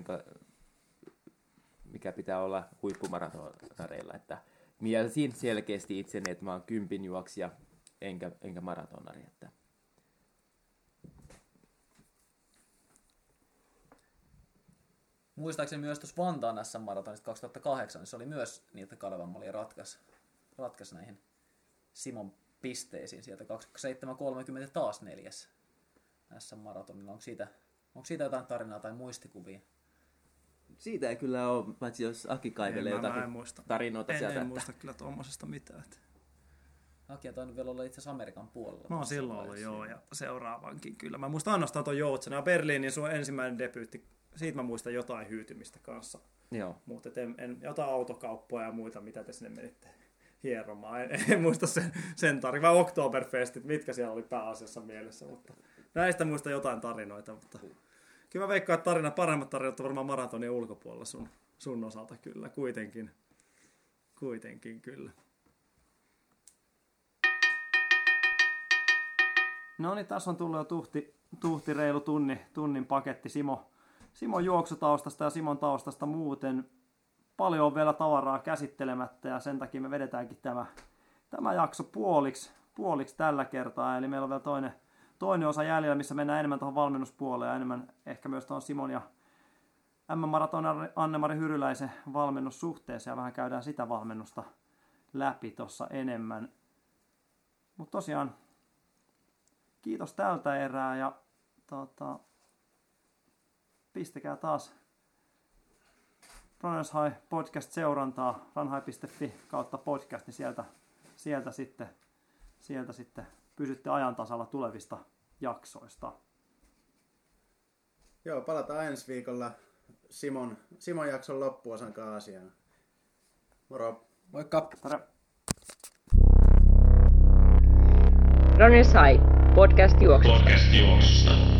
mikä pitää olla huippumaratonareilla, että mielsin selkeästi itseni, että mä oon 10 juoksija enkä maratonari. Että. Muistaakseni myös tuossa Vantaan SM-maratonista 2008, niin se oli myös niitä Kalevan Malja ratkaisi näihin Simon pisteisiin sieltä 27.30 taas 4. SM-maratonilla. Onko siitä jotain tarinaa tai muistikuvia? Siitä ei kyllä ole, paitsi jos Aki kaivelee jotakin tarinoita sieltä. En muista kyllä tuommoisesta mitään. Aki on tainnut vielä olla itse asiassa Amerikan puolella. Mä oon silloin ollut, joo, ja seuraavankin kyllä. Mä muistan ainoastaan tuon Joutsena. Berliinin sun ensimmäinen debyytti, siitä mä muistan jotain hyytymistä kanssa. Joo. Mutta jotain autokauppoja ja muita, mitä te sinne menitte hieromaan. En muista sen tarinan, vai Oktoberfestit, mitkä siellä oli pääasiassa mielessä. Mutta näistä muistan jotain tarinoita, mutta... Kyllä mä veikkaan, että paremmat tarinat on varmaan maratonin ulkopuolella sun osalta kyllä, kuitenkin kyllä. No niin, tässä on tullut jo tuhti reilu tunnin paketti Simon juoksutaustasta ja Simon taustasta muuten. Paljon on vielä tavaraa käsittelemättä ja sen takia me vedetäänkin tämä jakso puoliksi tällä kertaa. Eli meillä on vielä toinen osa jäljellä, missä mennään enemmän tuohon valmennuspuoleen ja enemmän ehkä myös tuohon Simon ja M-maraton Anne-Mari Hyryläisen valmennussuhteeseen ja vähän käydään sitä valmennusta läpi tuossa enemmän. Mutta tosiaan kiitos tältä erää ja pistäkää taas Runners High podcast-seurantaa runhigh.fi/podcast, niin sieltä sitten pysytte ajan tasalla tulevista jaksoista. Joo, palataan ensi viikolla Simon jakson loppuosan Aasiaan. Moro! Moikka! Runners High podcast juoksusta.